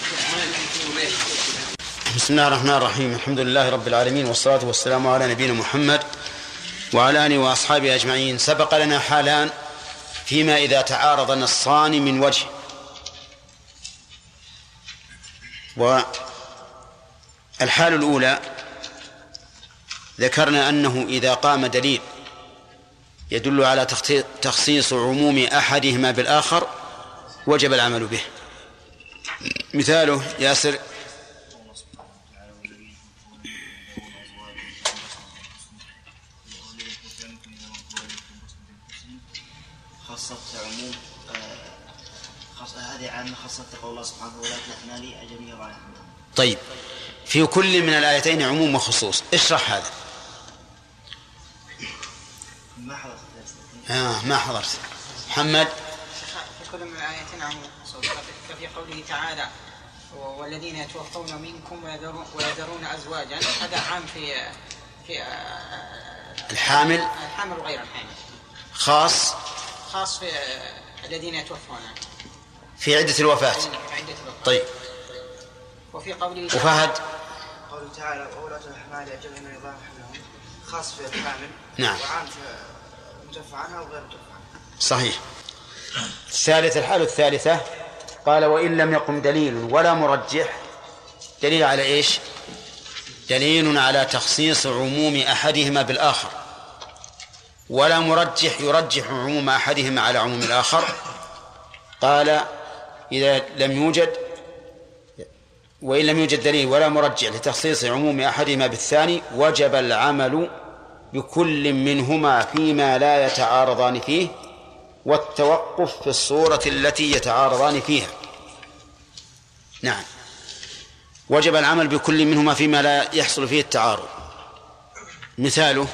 Speaker 1: بسم الله الرحمن الرحيم. الحمد لله رب العالمين والصلاة والسلام على نبينا محمد وعلى آله وأصحابه أجمعين. سبق لنا حالان فيما إذا تعارض نصان من وجه، والحال الأولى ذكرنا أنه إذا قام دليل يدل على تخصيص عموم أحدهما بالآخر وجب العمل به. مثاله ياسر
Speaker 7: خاصة عموم خاصة هذه عامة خاصة قول الله سبحانه ولا تحنا لي أجميع رأي.
Speaker 1: طيب في كل من الآيتين عموم وخصوص، اشرح هذا.
Speaker 7: ما حضرت
Speaker 1: آه ما حضرت محمد.
Speaker 8: في كل من الآيتين عموم وخصوص، ففي قوله تعالى والذين يتوفون منكم ويذرون أزواجا هذا عام في في
Speaker 1: الحامل
Speaker 8: الحامل وغير الحامل،
Speaker 1: خاص
Speaker 8: خاص في الذين يتوفون
Speaker 1: في عدة الوفاة. طيب
Speaker 8: وفي قوله
Speaker 1: وفهد
Speaker 7: قوله تعالى وأولاة الأحمال أجلهن أن يضعن حملهن خاص في الحامل.
Speaker 1: نعم.
Speaker 7: وعام في متوفى عنها وغير متوفى عنها.
Speaker 1: صحيح. الثالث الحالة الثالثة قال وإن لم يقم دليل ولا مرجح. دليل على إيش؟ دليل على تخصيص عموم أحدهما بالآخر، ولا مرجح يرجح عموم أحدهما على عموم الآخر. قال إذا لم يوجد وإن لم يوجد دليل ولا مرجح لتخصيص عموم أحدهما بالثاني وجب العمل بكل منهما فيما لا يتعارضان فيه والتوقف في الصورة التي يتعارضان فيها. نعم وجب العمل بكل منهما فيما لا يحصل فيه التعارض. مثاله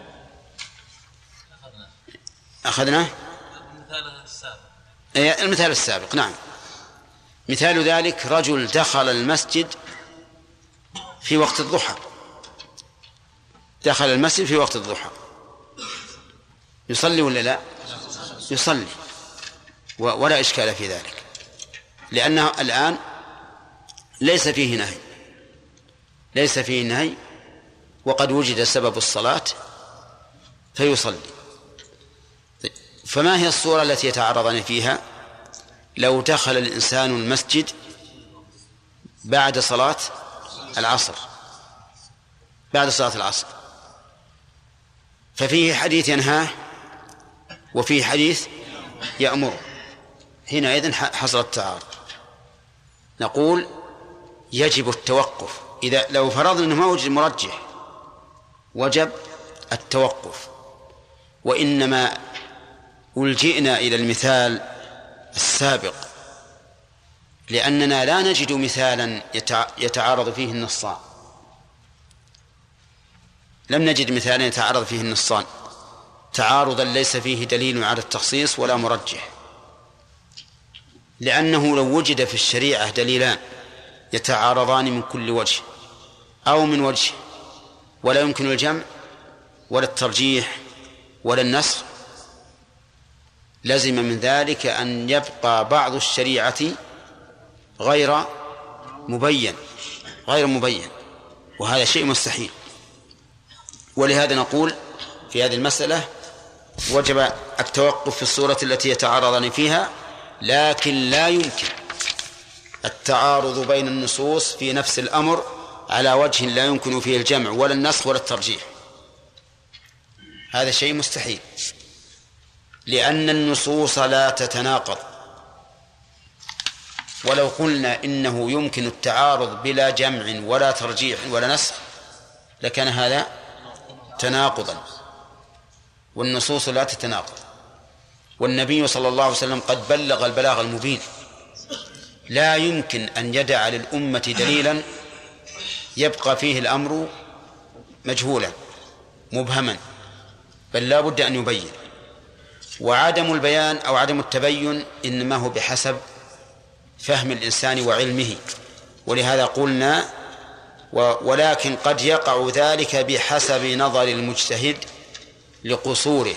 Speaker 1: أخذنا المثال السابق. نعم مثال ذلك رجل دخل المسجد في وقت الضحى، دخل المسجد في وقت الضحى يصلي ولا لا؟ يصلي ولا إشكال في ذلك، لأنه الآن ليس فيه نهي ليس فيه نهي وقد وجد سبب الصلاة فيصلي. فما هي الصورة التي يتعرضان فيها؟ لو دخل الإنسان المسجد بعد صلاة العصر بعد صلاة العصر ففيه حديث ينهاه وفيه حديث يأمر، حينئذ حصل التعارض. نقول يجب التوقف. إذا لو فرضنا أنه ما وجد مرجح وجب التوقف، وإنما ألجئنا إلى المثال السابق لأننا لا نجد مثالا يتعارض فيه النصان. لم نجد مثالا يتعارض فيه النصان تعارضا ليس فيه دليل على التخصيص ولا مرجح، لأنه لو وجد في الشريعة دليلان يتعارضان من كل وجه أو من وجه ولا يمكن الجمع ولا الترجيح ولا النسخ، لزم من ذلك أن يبقى بعض الشريعة غير مبين غير مبين وهذا شيء مستحيل. ولهذا نقول في هذه المسألة وجب التوقف في الصورة التي يتعارضان فيها، لكن لا يمكن التعارض بين النصوص في نفس الأمر على وجه لا يمكن فيه الجمع ولا النسخ ولا الترجيح، هذا شيء مستحيل، لأن النصوص لا تتناقض. ولو قلنا إنه يمكن التعارض بلا جمع ولا ترجيح ولا نسخ لكان هذا تناقضا، والنصوص لا تتناقض. والنبي صلى الله عليه وسلم قد بلغ البلاغ المبين، لا يمكن أن يدع للأمة دليلا يبقى فيه الأمر مجهولا مبهما، بل لا بد أن يبين. وعدم البيان أو عدم التبين إنما هو بحسب فهم الإنسان وعلمه، ولهذا قلنا ولكن قد يقع ذلك بحسب نظر المجتهد لقصوره.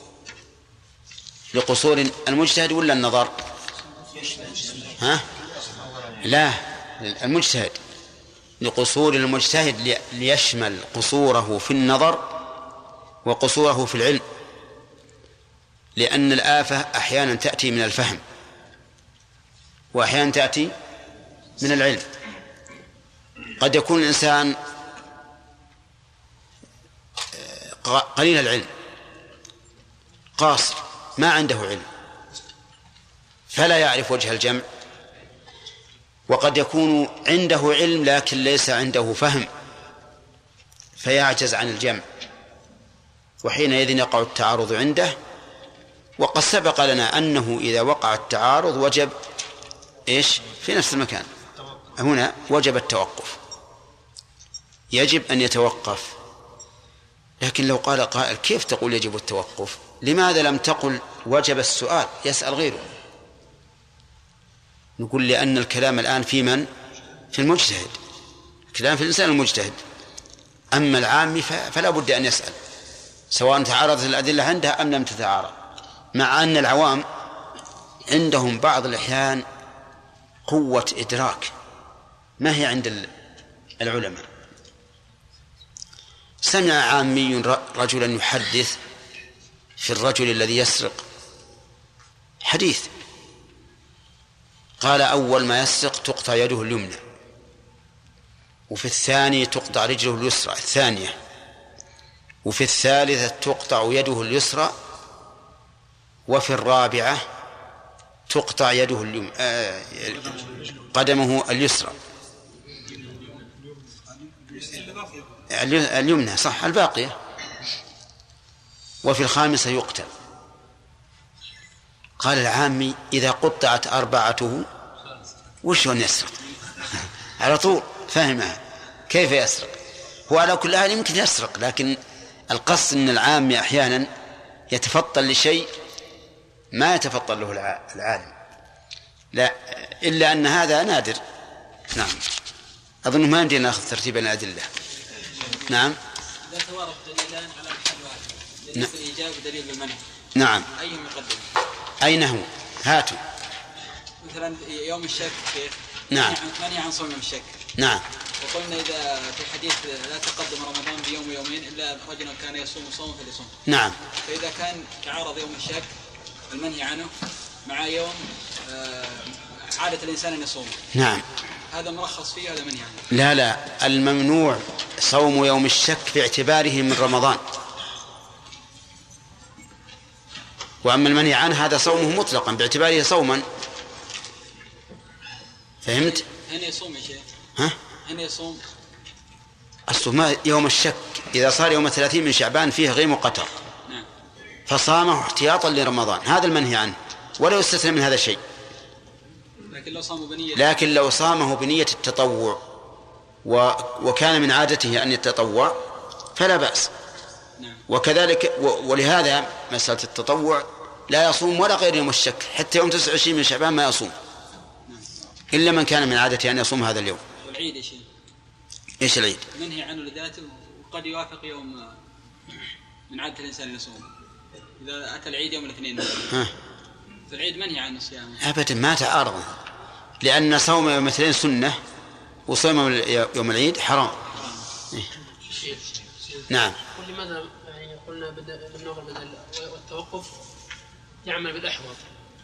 Speaker 1: لقصور المجتهد ولا النظر؟ ها؟ لا، المجتهد. لقصور المجتهد ليشمل قصوره في النظر وقصوره في العلم، لأن الآفة أحيانا تأتي من الفهم وأحيانا تأتي من العلم. قد يكون الإنسان قليل العلم قاصر ما عنده علم فلا يعرف وجه الجمع، وقد يكون عنده علم لكن ليس عنده فهم فيعجز عن الجمع، وحينئذ يقع التعارض عنده. وقد سبق لنا أنه إذا وقع التعارض وجب إيش في نفس المكان، هنا وجب التوقف، يجب أن يتوقف. لكن لو قال قائل كيف تقول يجب التوقف؟ لماذا لم تقل وجب السؤال يسأل غيره؟ نقول لأن الكلام الآن في من؟ في المجتهد، الكلام في الإنسان المجتهد. أما العام فلا بد أن يسأل سواء تعارضت الأدلة عندها أم لم تتعارض، مع أن العوام عندهم بعض الأحيان قوة إدراك ما هي عند العلماء. سمع عامي رجلا يحدث في الرجل الذي يسرق حديث، قال أول ما يسرق تقطع يده اليمنى، وفي الثاني تقطع رجله اليسرى الثانية، وفي الثالثة تقطع يده اليسرى، وفي الرابعة تقطع يده اليم... آه... قدمه اليسرى اليمنى صح الباقية، وفي الخامسة يقتل. قال العامي إذا قطعت أربعته وش هو يسرق؟ على طول فهمها كيف يسرق. هو على كل حال يمكن يسرق، لكن القصد أن العامي أحيانا يتفطن لشيء ما يتفطن له العالم، لا إلا أن هذا نادر. نعم، أظن ما يمكن نأخذ ترتيب الأدلة. نعم،
Speaker 9: إذا توارد دليلان على محل واحد، دليل بالإيجاب ودليل بالمنع،
Speaker 1: نعم،
Speaker 9: أيهم يقدم؟
Speaker 1: أين هو؟ هاتوا.
Speaker 9: مثلا يوم الشك كيف؟
Speaker 1: نعم،
Speaker 9: منع عن صوم يوم الشك.
Speaker 1: نعم،
Speaker 9: وقلنا إذا في حديث لا تقدم رمضان بيوم ويومين إلا رجلا كان يصوم صوم فليصوم.
Speaker 1: نعم،
Speaker 9: فإذا كان تعارض يوم الشك المنهي عنه مع يوم عادة الإنسان أن يصوم،
Speaker 1: نعم،
Speaker 9: هذا مرخص فيه هذا منهي عنه؟
Speaker 1: لا لا، الممنوع صوم يوم الشك باعتباره من رمضان، وأما المنهي عنه هذا صومه مطلقا باعتباره صوما. فهمت؟
Speaker 9: هنا يصوم يا شيخ.
Speaker 1: ها؟
Speaker 9: هنا يصوم.
Speaker 1: الصوم يوم الشك إذا صار يوم الثلاثين من شعبان فيه غيم وقتر.
Speaker 9: نعم.
Speaker 1: فصامه احتياطا لرمضان، هذا المنهي عنه، ولا يستثنى من هذا الشيء.
Speaker 9: لكن لو صامه بنية
Speaker 1: لكن لو صامه بنية التطوع و... وكان من عادته أن يتطوع فلا بأس.
Speaker 9: نعم.
Speaker 1: وكذلك و... ولهذا مسألة التطوع لا يصوم ولا غير يوم الشك، حتى يوم تسعة وعشرين من شعبان ما يصوم إلا من كان من عادته أن يصوم هذا اليوم.
Speaker 9: والعيد يا شيخ.
Speaker 1: إيش العيد؟
Speaker 9: منهي عنه لذاته وقد يوافق يوم من عادة الإنسان يصوم. إذا أتى العيد يوم الاثنين
Speaker 1: ها.
Speaker 9: فالعيد منهي عنه الصيام.
Speaker 1: أبدا ما تعارض، لأن صوم يوم الاثنين سنة وصوم يوم العيد حرام. إيه. نعم.
Speaker 10: ولماذا يعني قلنا بالنظر بدل والتوقف يعمل بالأحوط؟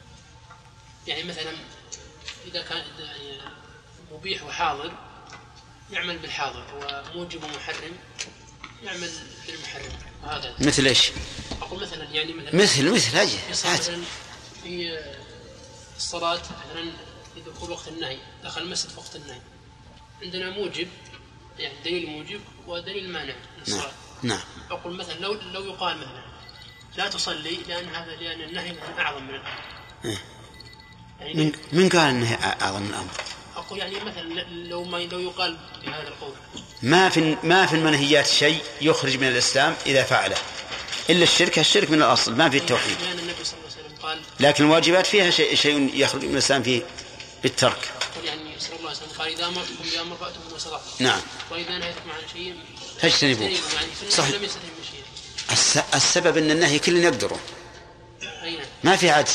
Speaker 10: يعني مثلا إذا كان يعني مبيح وحاضر يعمل بالحاضر، وموجب ومحرم يعمل بالمحرم. وهذا
Speaker 1: مثل إيش؟
Speaker 10: أقول مثلا يعني مثلا
Speaker 1: مثل مثل هذه
Speaker 10: مثلا في الصلاة مثلا في دخول وقت النهي، دخل المسجد في وقت النهي، عندنا موجب يعني دليل موجب ودليل مانع للصلاة.
Speaker 1: نعم.
Speaker 10: أقول مثلا لو لو يقال مثلا لا تصلي لأن هذا لأن النهي مثلا أعظم من الأمر. يعني
Speaker 1: من من قال إنه أعظم من الأمر؟
Speaker 10: أقول يعني مثلا لو ما لو يقال بهذا القول
Speaker 1: ما في ما في المنهيات شيء يخرج من الإسلام إذا فعله إلا الشرك. الشرك من الأصل ما في التوحيد.
Speaker 10: لأن النبي صلى الله عليه وسلم قال
Speaker 1: لكن الواجبات فيها شيء شيء يخرج من الإسلام فيه بالترك.
Speaker 10: يعني صلى الله عليه وسلم قال إذا أمرتكم بأمر فأتوا منه صدقة.
Speaker 1: نعم.
Speaker 10: وإذا نهيتكم عن شيء
Speaker 1: فاجتنبوه.
Speaker 10: يعني
Speaker 1: صحيح.
Speaker 10: لم يستلم شيء.
Speaker 1: السبب أن النهي كل يقدره، ما في عجز.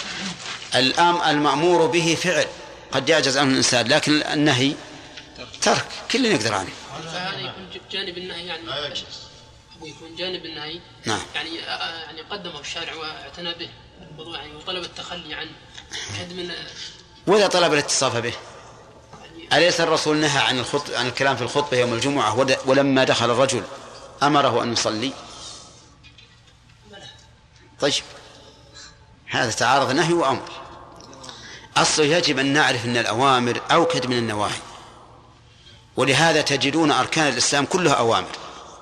Speaker 1: الآن المأمور به فعل قد يعجز عنه الإنسان، لكن النهي ترك كل يقدر عنه.
Speaker 10: فهذا يكون جانب النهي يعني ويكون جانب النهي.
Speaker 1: نعم.
Speaker 10: يعني يعني قدمه الشارع واعتنى به يعني وطلب التخلي عن حد من
Speaker 1: وإذا طلب الاتصاف به. أليس الرسول نهى عن الخط... عن الكلام في الخطبة يوم الجمعة ود... ولما دخل الرجل أمره أن يصلي؟ طيب هذا تعارض نهي وأمر. أصل يجب أن نعرف أن الأوامر أوكد من النواهي، ولهذا تجدون أركان الإسلام كلها أوامر.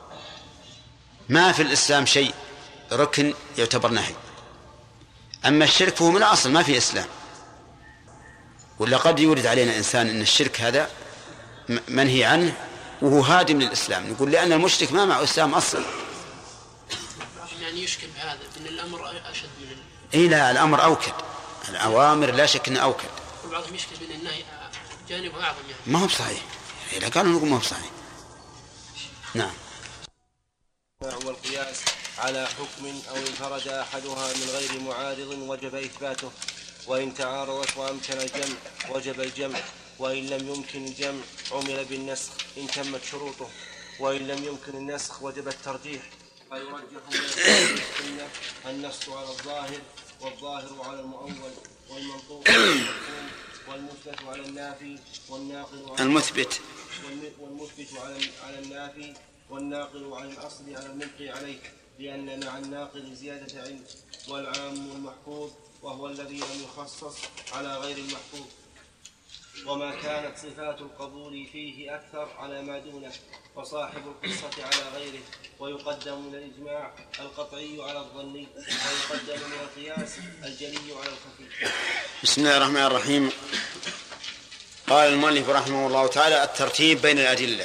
Speaker 1: ما في الإسلام شيء ركن يعتبر نهي. أما الشرك فهو من الأصل ما في إسلام. ولا قد يورد علينا إنسان أن الشرك هذا منهي عنه وهو هادم للإسلام، نقول لأن المشرك ما معه إسلام أصلا.
Speaker 10: يعني يشكل بهذا أن الأمر أشد من ال...
Speaker 1: إيه لا، الأمر أوكد. الأوامر لا شك أنه أوكد.
Speaker 10: وبعضهم يشكل بأن النهي جانبه أعظم يعني.
Speaker 1: ما هو بصحيح. إذا قالوا نقول ما هو بصحيح. نعم.
Speaker 2: والقياس على حكم أو انفرد أحدها من غير معارض وجب إثباته، وإن تعارضت وأمكن الجمع وجب الجمع، وإن لم يمكن الجمع عمل بالنسخ إن تمت شروطه، وإن لم يمكن النسخ وجب الترجيح. فيرجح من السنة النص على الظاهر والظاهر على المؤول والمنطوق على المفهوم والمثبت على النافي والناقل على
Speaker 1: المثبت
Speaker 2: والمثبت على النافي والناقل عن الأصل على المبقي عليه، لأن مع الناقل زيادة علم. والعام المحفوظ وهو الذي لم يخصص على غير المحفوظ، وما كانت صفات القبول فيه أكثر على ما دونه، وصاحب القصة على غيره. ويقدم من الإجماع القطعي على الظني، ويقدم من القياس الجلي على الخفي.
Speaker 1: بسم الله الرحمن الرحيم. قال المؤلف رحمه الله تعالى: الترتيب بين الأدلة.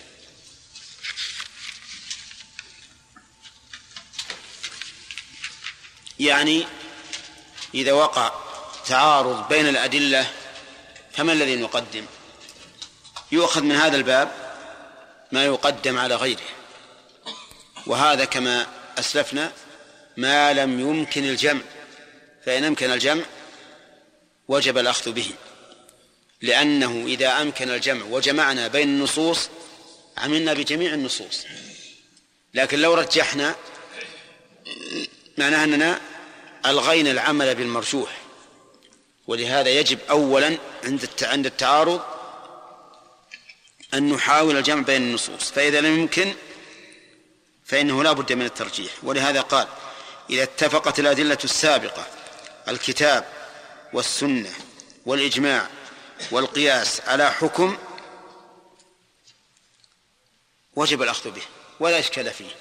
Speaker 1: يعني إذا وقع تعارض بين الأدلة فما الذي نقدم؟ يؤخذ من هذا الباب ما يقدم على غيره، وهذا كما أسلفنا ما لم يمكن الجمع، فإن أمكن الجمع وجب الأخذ به، لأنه إذا أمكن الجمع وجمعنا بين النصوص عملنا بجميع النصوص، لكن لو رجحنا معناه أننا ألغينا العمل بالمرجوح. ولهذا يجب أولا عند التعارض أن نحاول الجمع بين النصوص، فإذا لم يمكن فإنه لا بد من الترجيح. ولهذا قال: إذا اتفقت الأدلة السابقة الكتاب والسنة والإجماع والقياس على حكم وجب الأخذ به ولا إشكال فيه.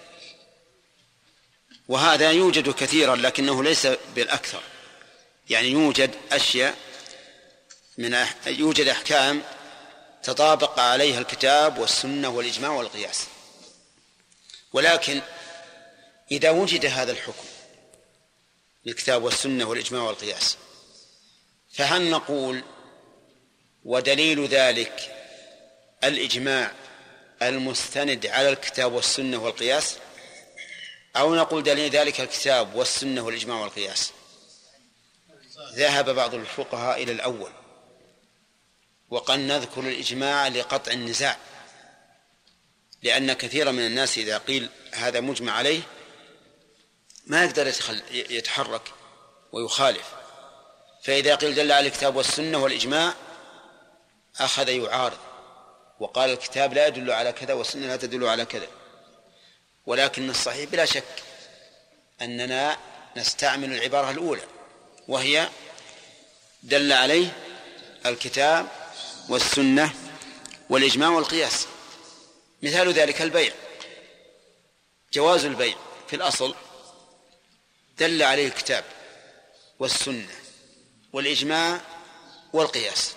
Speaker 1: وهذا يوجد كثيرا لكنه ليس بالأكثر، يعني يوجد أشياء من أح... يوجد أحكام تطابق عليها الكتاب والسنة والإجماع والقياس، ولكن إذا وجد هذا الحكم للكتاب والسنة والإجماع والقياس فهل نقول ودليل ذلك الإجماع المستند على الكتاب والسنة والقياس، أو نقول دليل ذلك الكتاب والسنة والإجماع والقياس؟ ذهب بعض الفقهاء إلى الأول، وقد نذكر الإجماع لقطع النزاع، لأن كثيرا من الناس إذا قيل هذا مجمع عليه ما يقدر يتحرك ويخالف، فإذا قيل دل على الكتاب والسنة والإجماع أخذ يعارض وقال الكتاب لا يدل على كذا والسنة لا تدل على كذا. ولكن الصحيح بلا شك أننا نستعمل العبارة الأولى، وهي دل عليه الكتاب والسنة والإجماع والقياس. مثال ذلك البيع، جواز البيع في الأصل دل عليه الكتاب والسنة والإجماع والقياس.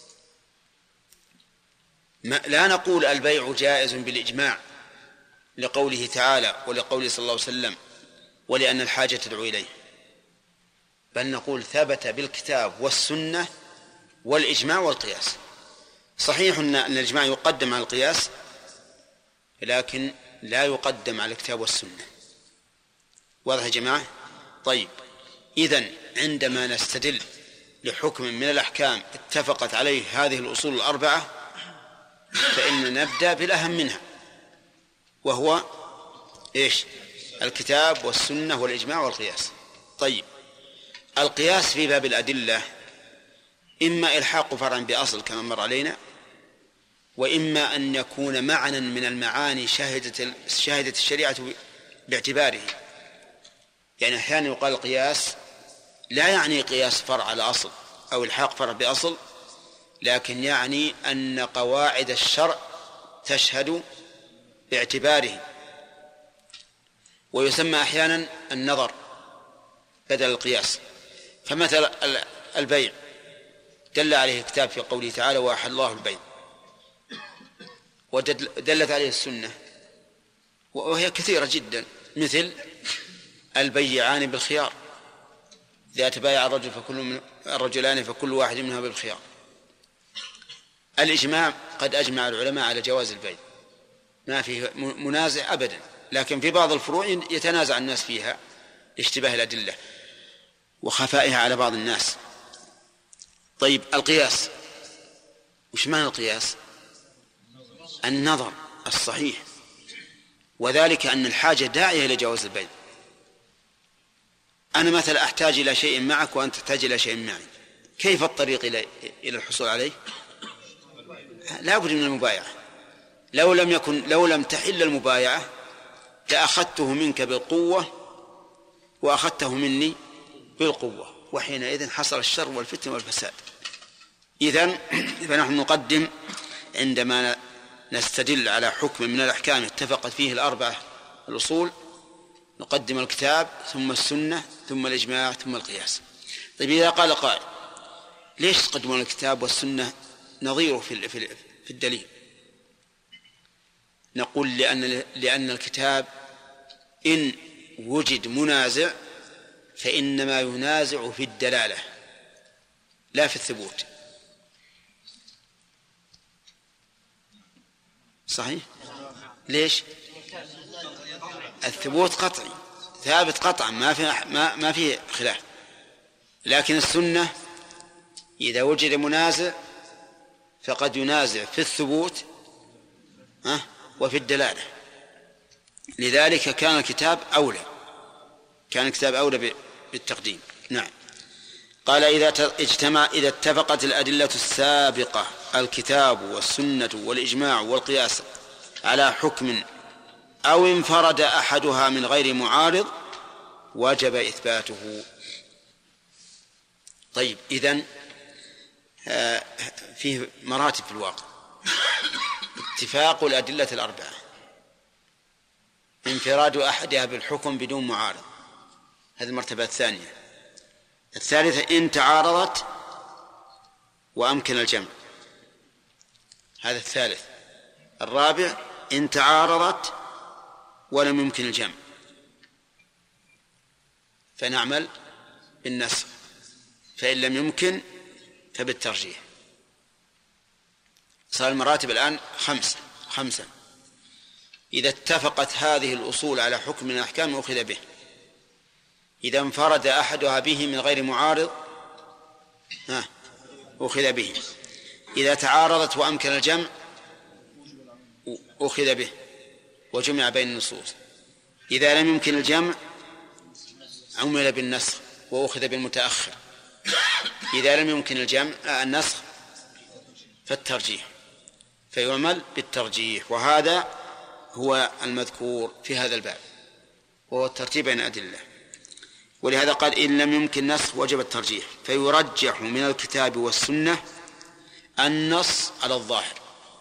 Speaker 1: لا نقول البيع جائز بالإجماع لقوله تعالى ولقوله صلى الله عليه وسلم ولأن الحاجة تدعو إليه، بل نقول ثبت بالكتاب والسنة والإجماع والقياس. صحيح أن الإجماع يقدم على القياس لكن لا يقدم على الكتاب والسنة. واضح يا جماعة؟ طيب، إذن عندما نستدل لحكم من الأحكام اتفقت عليه هذه الأصول الأربعة فإن نبدأ بالأهم منها، وهو إيش؟ الكتاب والسنة والإجماع والقياس. طيب، القياس في باب الأدلة إما إلحاق فرع بأصل كما مر علينا، وإما أن يكون معنى من المعاني شهدت شهدت الشريعة باعتباره. يعني أحيانا يقال القياس لا يعني قياس فرع على أصل أو إلحاق فرع بأصل، لكن يعني أن قواعد الشرع تشهد باعتباره. ويسمى أحيانا النظر بدل القياس. فمثل البيع دل عليه الكتاب في قوله تعالى وأحل الله البيع، ودلت عليه السنة وهي كثيرة جدا، مثل البيعان بالخيار، إذا تبايع الرجل فكل من الرجلان فكل واحد منها بالخيار. الإجماع قد أجمع العلماء على جواز البيع، ما فيه منازع أبدا، لكن في بعض الفروع يتنازع الناس فيها لاشتباه الأدلة وخفائها على بعض الناس. طيب، القياس وش معنى القياس؟ النظر الصحيح، وذلك أن الحاجة داعية إلى جواز البيع. أنا مثلا أحتاج إلى شيء معك وأنت تحتاج إلى شيء معي، كيف الطريق إلى إلى الحصول عليه؟ لا بد من المبايعة. لو لم يكن لو لم تحل المبايعة لأخذته منك بالقوة وأخذته مني بالقوة، وحينئذ حصل الشر والفتن والفساد. إذن فنحن نقدم عندما نستدل على حكم من الأحكام اتفقت فيه الأربعة الأصول نقدم الكتاب ثم السنة ثم الإجماع ثم القياس. طيب، إذا قال قائل ليش تقدمون الكتاب والسنة نظيره في في الدليل؟ نقول لأن لأن الكتاب إن وجد منازع فإنما ينازع في الدلالة لا في الثبوت. صحيح؟ ليش؟ الثبوت قطعي ثابت قطعا، ما في ما ما فيه خلاف. لكن السنة إذا وجد منازع فقد ينازع في الثبوت ها وفي الدلالة. لذلك كان الكتاب أولى كان الكتاب أولى بالتقديم. نعم. قال إذا اجتمع إذا اتفقت الأدلة السابقة الكتاب والسنة والإجماع والقياس على حكم أو انفرد أحدها من غير معارض وجب إثباته. طيب، إذن فيه مراتب في الواقع. اتفاق الأدلة الأربعة، انفراد أحدها بالحكم بدون معارض، هذه المرتبة الثانية. الثالثة إن تعارضت وأمكن الجمع، هذا الثالث. الرابع إن تعارضت ولم يمكن الجمع فنعمل بالنسخ، فإن لم يمكن فبالترجيح. صار المراتب الآن خمسة خمسة إذا اتفقت هذه الأصول على حكم من الأحكام أخذ به، إذا انفرد أحدها به من غير معارض ها أخذ به، إذا تعارضت وأمكن الجمع أخذ به وجمع بين النصوص، إذا لم يمكن الجمع عمل بالنسخ وأخذ بالمتأخر، إذا لم يمكن الجمع النسخ فالترجيح فيعمل بالترجيح. وهذا هو المذكور في هذا الباب وهو الترتيب بين الأدلة. ولهذا قال إن لم يمكن نسخ وجب الترجيح، فيرجح من الكتاب والسنة النص على الظاهر.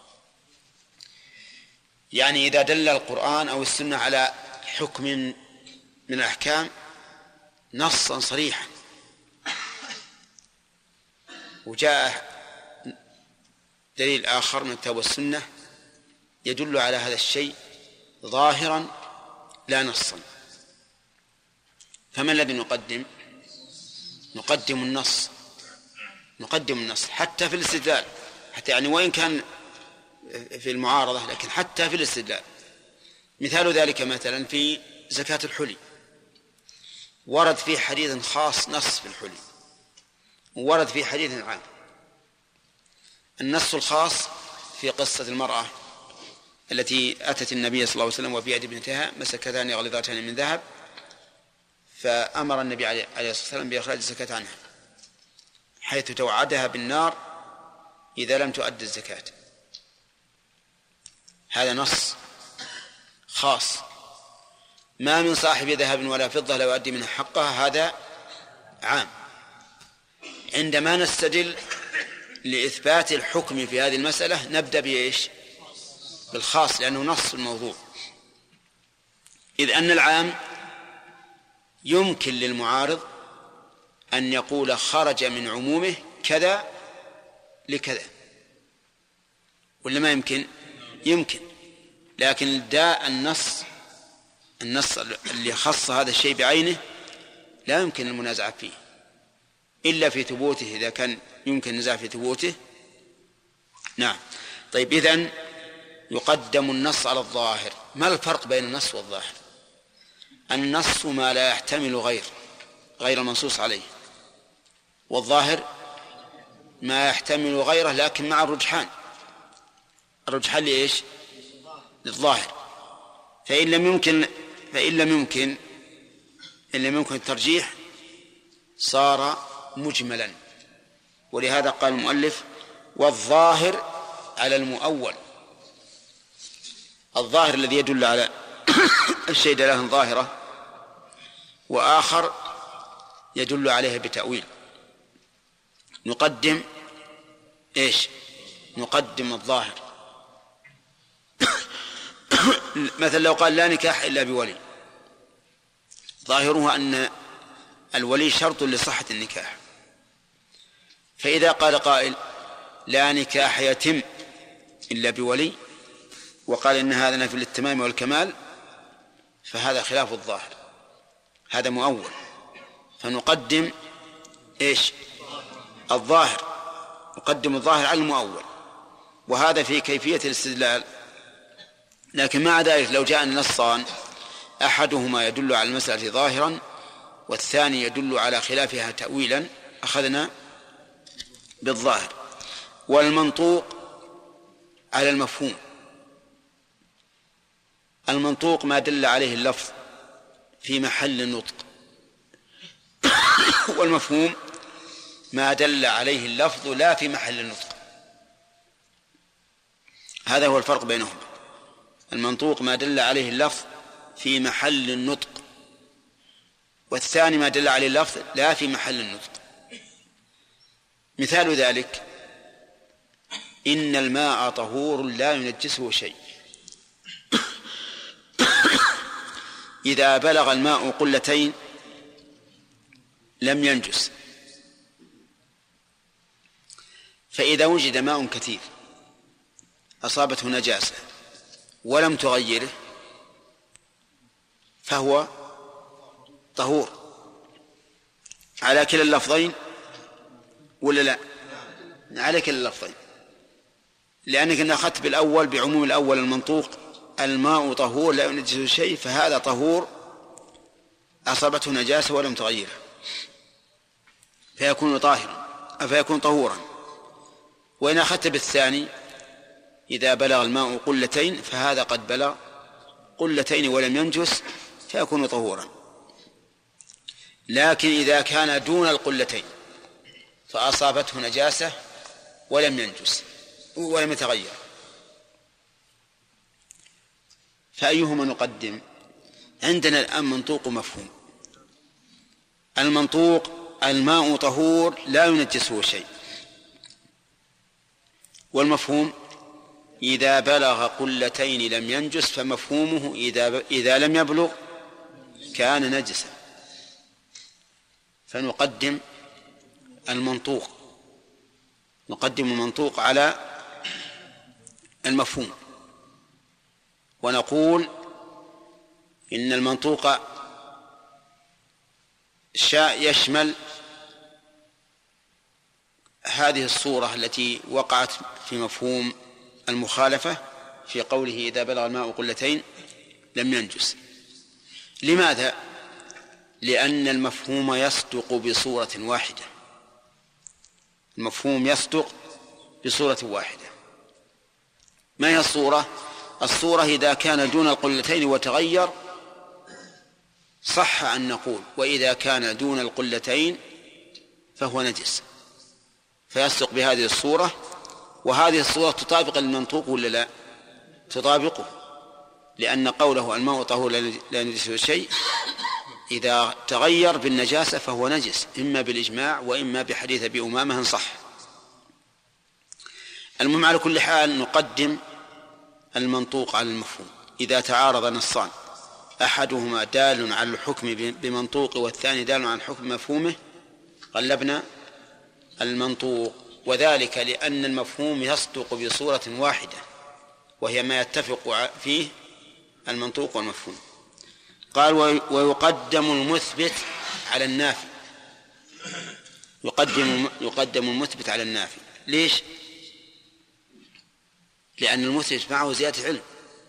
Speaker 1: يعني إذا دل القرآن أو السنة على حكم من الأحكام نصا صريحا وجاء دليل آخر من الكتاب والسنة يدل على هذا الشيء ظاهرا لا نصا، فما الذي نقدم؟ نقدم النص، نقدم النص حتى في الاستدلال، حتى يعني وإن كان في المعارضة لكن حتى في الاستدلال. مثال ذلك مثلا في زكاة الحلي، ورد في حديث خاص نص في الحلي وورد في حديث عام. النص الخاص في قصة المرأة التي أتت النبي صلى الله عليه وسلم وفي يد ابنتها مسكتان غليظتان من ذهب، فأمر النبي عليه الصلاة والسلام بإخراج الزكاة عنها، حيث توعدها بالنار إذا لم تؤد الزكاة. هذا نص خاص، ما من صاحب ذهب ولا فضة لا يؤدي منها حقها، هذا عام. عندما نستدل لإثبات الحكم في هذه المسألة نبدأ بإيش؟ بالخاص، لأنه نص الموضوع. إذ أن العام يمكن للمعارض أن يقول خرج من عمومه كذا لكذا، ولا ما يمكن؟ يمكن، لكن داء النص النص اللي خص هذا الشيء بعينه لا يمكن المنازعة فيه إلا في ثبوته، إذا كان يمكن النزاع في ثبوته. نعم. طيب، إذن يقدم النص على الظاهر. ما الفرق بين النص والظاهر؟ النص ما لا يحتمل غير غير المنصوص عليه، والظاهر ما يحتمل غيره لكن مع الرجحان. الرجحان لإيش؟ للظاهر. فإن لم يمكن فإن لم يمكن إن لم يمكن الترجيح صار مجملا. ولهذا قال المؤلف والظاهر على المؤول. الظاهر الذي يدل على الشيء دلالة ظاهرة، وآخر يدل عليه بتأويل. نقدم إيش؟ نقدم الظاهر. مثلا لو قال لا نكاح إلا بولي، ظاهره أن الولي شرط لصحة النكاح، فإذا قال قائل لا نكاح يتم إلا بولي وقال إن هذا نفي للتمام والكمال، فهذا خلاف الظاهر، هذا مؤول. فنقدم إيش؟ الظاهر، نقدم الظاهر على المؤول، وهذا في كيفية الاستدلال. لكن مع ذلك لو جاء النصان أحدهما يدل على المسألة ظاهرا والثاني يدل على خلافها تأويلا أخذنا بالظاهر. والمنطوق على المفهوم. المنطوق ما دل عليه اللفظ في محل النطق، والمفهوم ما دل عليه اللفظ لا في محل النطق. هذا هو الفرق بينهما. المنطوق ما دل عليه اللفظ في محل النطق، والثاني ما دل عليه اللفظ لا في محل النطق. مثال ذلك إن الماء طهور لا ينجسه شيء. إذا بلغ الماء قلتين لم ينجس. فإذا وجد ماء كثير أصابته نجاسة ولم تغيره فهو طهور على كلا اللفظين ولا لا؟ على كلا اللفظين، لأنك إن أخذت بالأول بعموم الأول المنطوق الماء طهور لا ينجسه شيء، فهذا طهور أصابته نجاسة ولم تغيره فيكون طاهرا فيكون طهورا. وإن أخذت بالثاني إذا بلغ الماء قلتين فهذا قد بلغ قلتين ولم ينجس فيكون طهورا. لكن إذا كان دون القلتين فأصابته نجاسة ولم ينجس ولم يتغير فأيهما نقدم؟ عندنا الآن منطوق ومفهوم. المنطوق الماء طهور لا ينجسه شيء، والمفهوم إذا بلغ قلتين لم ينجس، فمفهومه إذا, إذا لم يبلغ كان نجسا. فنقدم المنطوق نقدم المنطوق على المفهوم، ونقول إن المنطوق يشمل هذه الصورة التي وقعت في مفهوم المخالفة في قوله إذا بلغ الماء قلتين لم ينجس. لماذا؟ لأن المفهوم يصدق بصورة واحدة المفهوم يصدق بصورة واحدة. ما هي الصورة؟ الصورة إذا كان دون القلتين وتغير صح أن نقول وإذا كان دون القلتين فهو نجس، فيصدق بهذه الصورة. وهذه الصورة تطابق المنطوق ولا لا؟ تطابقه، لأن قوله الماء طهور لا ينجسه شيء إذا تغير بالنجاسة فهو نجس، إما بالإجماع وإما بحديث أبي أمامة صح. المهم على كل حال نقدم المنطوق على المفهوم. إذا تعارض نصان أحدهما دال على الحكم بمنطوق والثاني دال على الحكم مفهومه غلبنا المنطوق، وذلك لأن المفهوم يصدق بصورة واحدة وهي ما يتفق فيه المنطوق والمفهوم. قال ويقدم المثبت على النافي. يقدم يقدم المثبت على النافي. ليش؟ لأن المثبت معه زيادة علم.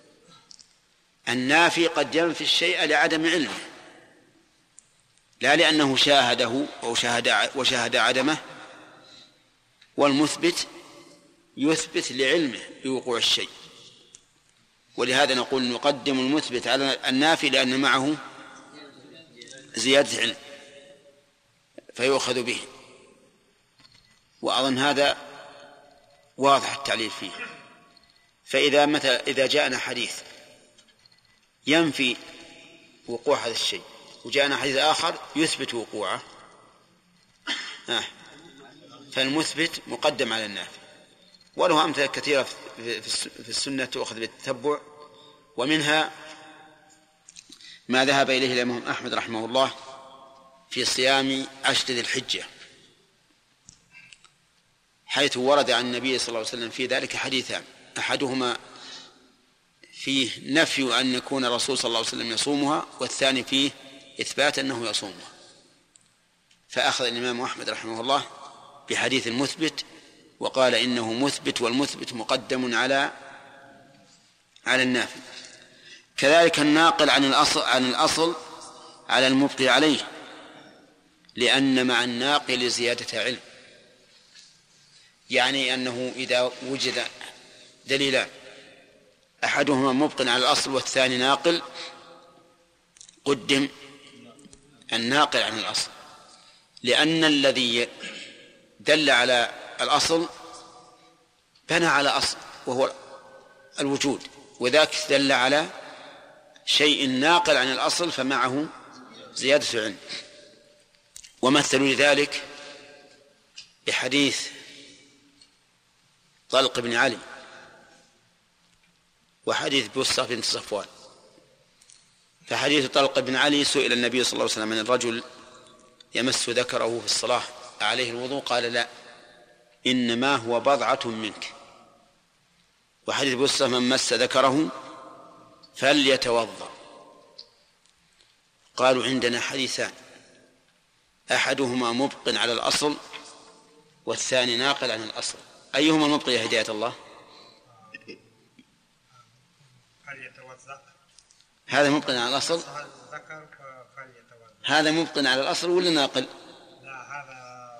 Speaker 1: النافي قد ينفي الشيء لعدم علمه لا لأنه شاهده أو شاهد وشاهد عدمه، والمثبت يثبت لعلمه بوقوع الشيء. ولهذا نقول نقدم المثبت على النافي لأن معه زيادة علم فيؤخذ به. وأظن هذا واضح التعليل فيه. فإذا مثلا إذا جاءنا حديث ينفي وقوع هذا الشيء وجاءنا حديث آخر يثبت وقوعه آه. فالمثبت مقدم على النافي. وله أمثلة كثيرة في السنة تؤخذ بالتتبع، ومنها ما ذهب إليه الإمام أحمد رحمه الله في صيام عشر ذي الحجة، حيث ورد عن النبي صلى الله عليه وسلم في ذلك حديثان، أحدهما فيه نفي أن يكون الرسول صلى الله عليه وسلم يصومها، والثاني فيه إثبات أنه يصومها. فأخذ الإمام أحمد رحمه الله بحديث المثبت وقال إنه مثبت، والمثبت مقدم على على النافي. كذلك الناقل عن الأصل عن الأصل على المبقي عليه، لأن مع الناقل زيادة علم. يعني أنه إذا وجد دليلان أحدهما مبق على الأصل والثاني ناقل قدم الناقل عن الأصل، لأن الذي دل على الأصل بنى على أصل وهو الوجود، وذاك دل على شيء ناقل عن الأصل فمعه زيادة علم. ومثلوا لذلك بحديث طلق بن علي وحديث بسرة بنت صفوان. فحديث طلق بن علي سئل النبي صلى الله عليه وسلم عن الرجل يمس ذكره في الصلاة عليه الوضوء؟ قال لا، إنما هو بضعة منك. وحديث بسرة من مس ذكره فليتوضأ. قالوا عندنا حديثان، أحدهما مبق على الأصل والثاني ناقل عن الأصل. أيهما المبق يا هداية الله؟ هذا مبق على الأصل، هذا مبق على الأصل ولا ناقل؟
Speaker 6: لا، هذا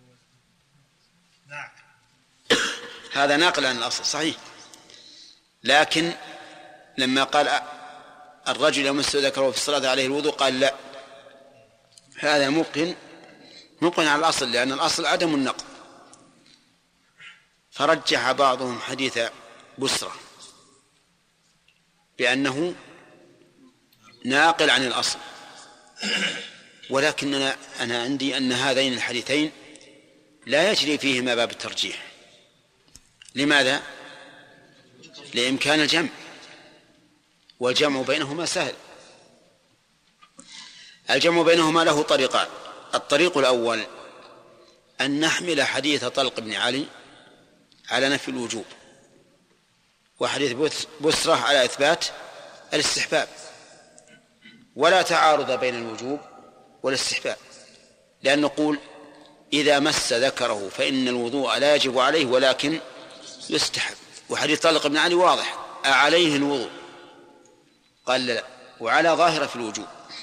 Speaker 6: ناقل.
Speaker 1: هذا ناقل عن الأصل صحيح، لكن لما قال الرجل يمس ذكره في الصلاة عليه الوضوء قال لا، هذا مبق مبق على الأصل، لأن الأصل عدم النقل. فرجح بعضهم حديث بسرة بأنه ناقل عن الأصل، ولكننا أنا عندي أن هذين الحديثين لا يجري فيهما باب الترجيح. لماذا؟ لإمكان الجمع، والجمع بينهما سهل. الجمع بينهما له طريقان. الطريق الأول أن نحمل حديث طلق بن علي على نفي الوجوب، وحديث بسرة على إثبات الاستحباب، ولا تعارض بين الوجوب والاستحباب، لأن نقول إذا مس ذكره فإن الوضوء لا يجب عليه ولكن يستحب. وحديث طلق بن علي واضح، أعليه الوضوء؟ قال لا، وعلى ظاهرة في الوجوب.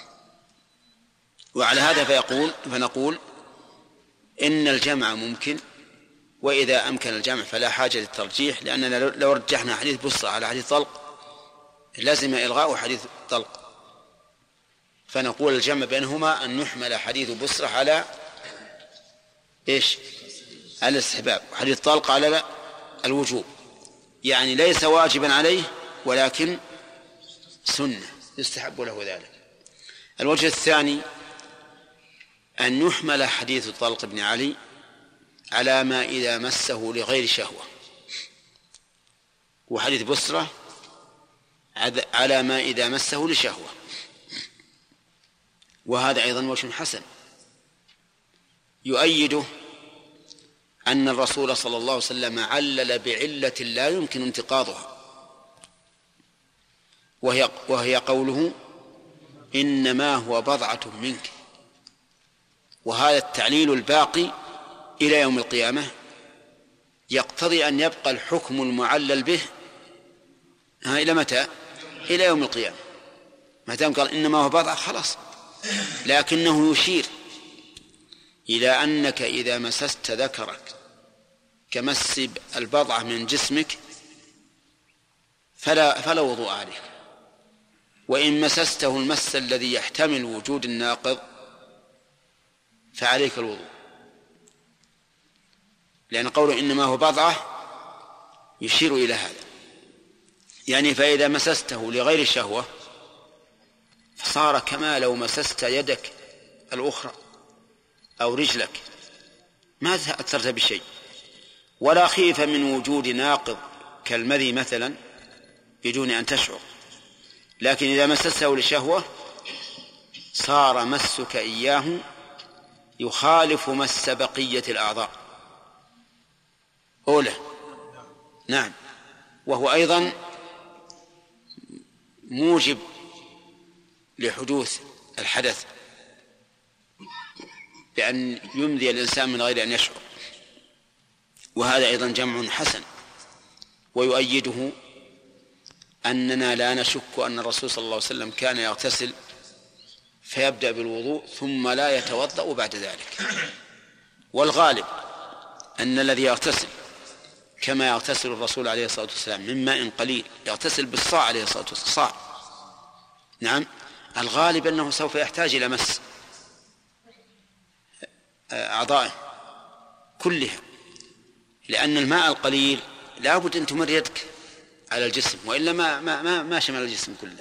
Speaker 1: وعلى هذا فيقول فنقول إن الجمع ممكن، وإذا أمكن الجمع فلا حاجة للترجيح، لأننا لو رجحنا حديث بسرة على حديث طلق لازم إلغاء حديث طلق. فنقول الجمع بينهما أن نحمل حديث بسرة على إيش؟ على الاستحباب، وحديث طلق على الوجوب، يعني ليس واجبا عليه ولكن سنة يستحب له ذلك. الوجه الثاني أن نحمل حديث طلق بن علي على ما إذا مسه لغير شهوة، وحديث بسرة على ما إذا مسه لشهوة، وهذا أيضا وجه حسن يؤيده أن الرسول صلى الله عليه وسلم علل بعلة لا يمكن انتقاضها، وهي, وهي قوله إنما هو بضعة منك. وهذا التعليل الباقي إلى يوم القيامة يقتضي أن يبقى الحكم المعلل به ها إلى متى؟ إلى يوم القيامة. ما دام قال إنما هو بضعة خلاص، لكنه يشير إلى أنك إذا مسست ذكرك كمس البضعة من جسمك فلا, فلا وضوء عليك، وإن مسسته المس الذي يحتمل وجود الناقض فعليك الوضوء، لأن قوله إنما هو بضعة يشير إلى هذا. يعني فإذا مسسته لغير الشهوة فصار كما لو مسست يدك الأخرى أو رجلك، ما أثرت بشيء، ولا خيف من وجود ناقض كالمذي مثلا بدون أن تشعر. لكن إذا مسسته لشهوة صار مسك إياه يخالف مس بقية الأعضاء أولى. نعم، وهو أيضا موجب لحدوث الحدث بأن يمضي الإنسان من غير أن يشعر. وهذا أيضا جمع حسن، ويؤيده أننا لا نشك أن الرسول صلى الله عليه وسلم كان يغتسل فيبدأ بالوضوء ثم لا يتوضأ بعد ذلك، والغالب أن الذي يغتسل كما يغتسل الرسول عليه الصلاة والسلام من ماء قليل، يغتسل بالصاع عليه الصلاة والسلام صاع. نعم، الغالب أنه سوف يحتاج إلى مس أعضائه كلها، لأن الماء القليل لا بد أن تمر يدك على الجسم، وإلا ما ما ما, ما شمل الجسم كله.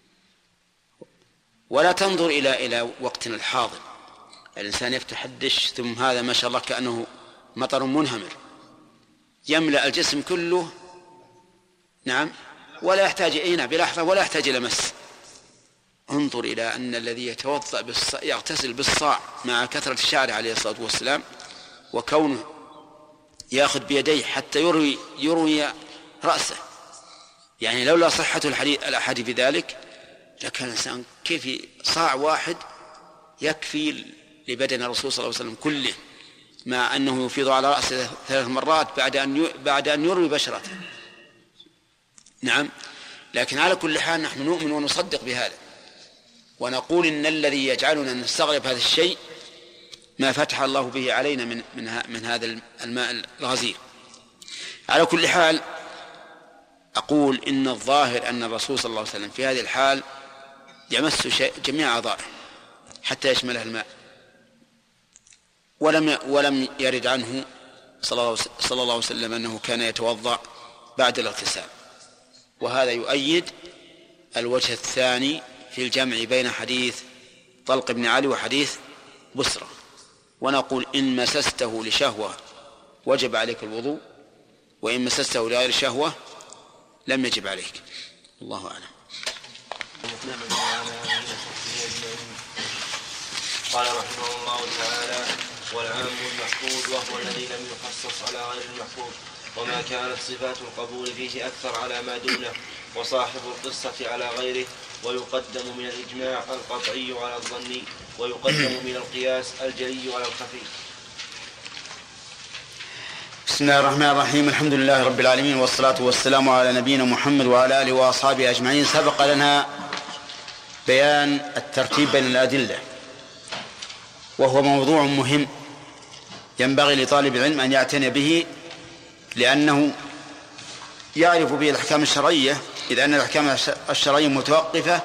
Speaker 1: ولا تنظر إلى إلى وقتنا الحاضر، الإنسان يفتح الدش ثم هذا ما شاء الله كأنه مطر منهمر، يملأ الجسم كله، نعم، ولا يحتاج إينا بلحظة ولا يحتاج إلى مس. انظر إلى أن الذي يتوضأ بالصاع يغتسل بالصاع مع كثرة الشعر عليه الصلاة والسلام، وكونه يأخذ بيديه حتى يروي, يروي رأسه، يعني لولا صحة الأحاديث في ذلك لكان الإنسان كيف صاع واحد يكفي لبدن الرسول صلى الله عليه وسلم كله، مع أنه يفيض على رأسه ثلاث مرات بعد أن بعد أن يروي بشرته. نعم، لكن على كل حال نحن نؤمن ونصدق بهذا، ونقول إن الذي يجعلنا نستغرب هذا الشيء ما فتح الله به علينا من من, من هذا الماء الغزير. على كل حال أقول إن الظاهر أن الرسول صلى الله عليه وسلم في هذه الحال يمس جميع أعضائه حتى يشملها الماء، ولم ولم يرد عنه صلى الله عليه وسلم أنه كان يتوضأ بعد الاغتسال. وهذا يؤيد الوجه الثاني في الجمع بين حديث طلق بن علي وحديث بسرة. ونقول إن مسسته لشهوة وجب عليك الوضوء، وإن مسسته لغير شهوة لم يجب عليك. الله أعلم.
Speaker 2: قال رحمه الله تعالى: والعام المحفوظ وهو الذي لم يخصص على غير المحفوظ، وما كانت صفات القبول فيه أكثر على ما دونه، وصاحب القصة على غيره، ويقدم من الإجماع القطعي على الظني، ويقدم من القياس الجلي على الخفي.
Speaker 1: بسم الله الرحمن الرحيم. الحمد لله رب العالمين، والصلاة والسلام على نبينا محمد وعلى آله وأصحابه أجمعين. سبق لنا بيان الترتيب بين الأدلة، وهو موضوع مهم ينبغي لطالب العلم أن يعتني به، لأنه يعرف به الأحكام الشرعية، إذ أن الأحكام الشرعية متوقفة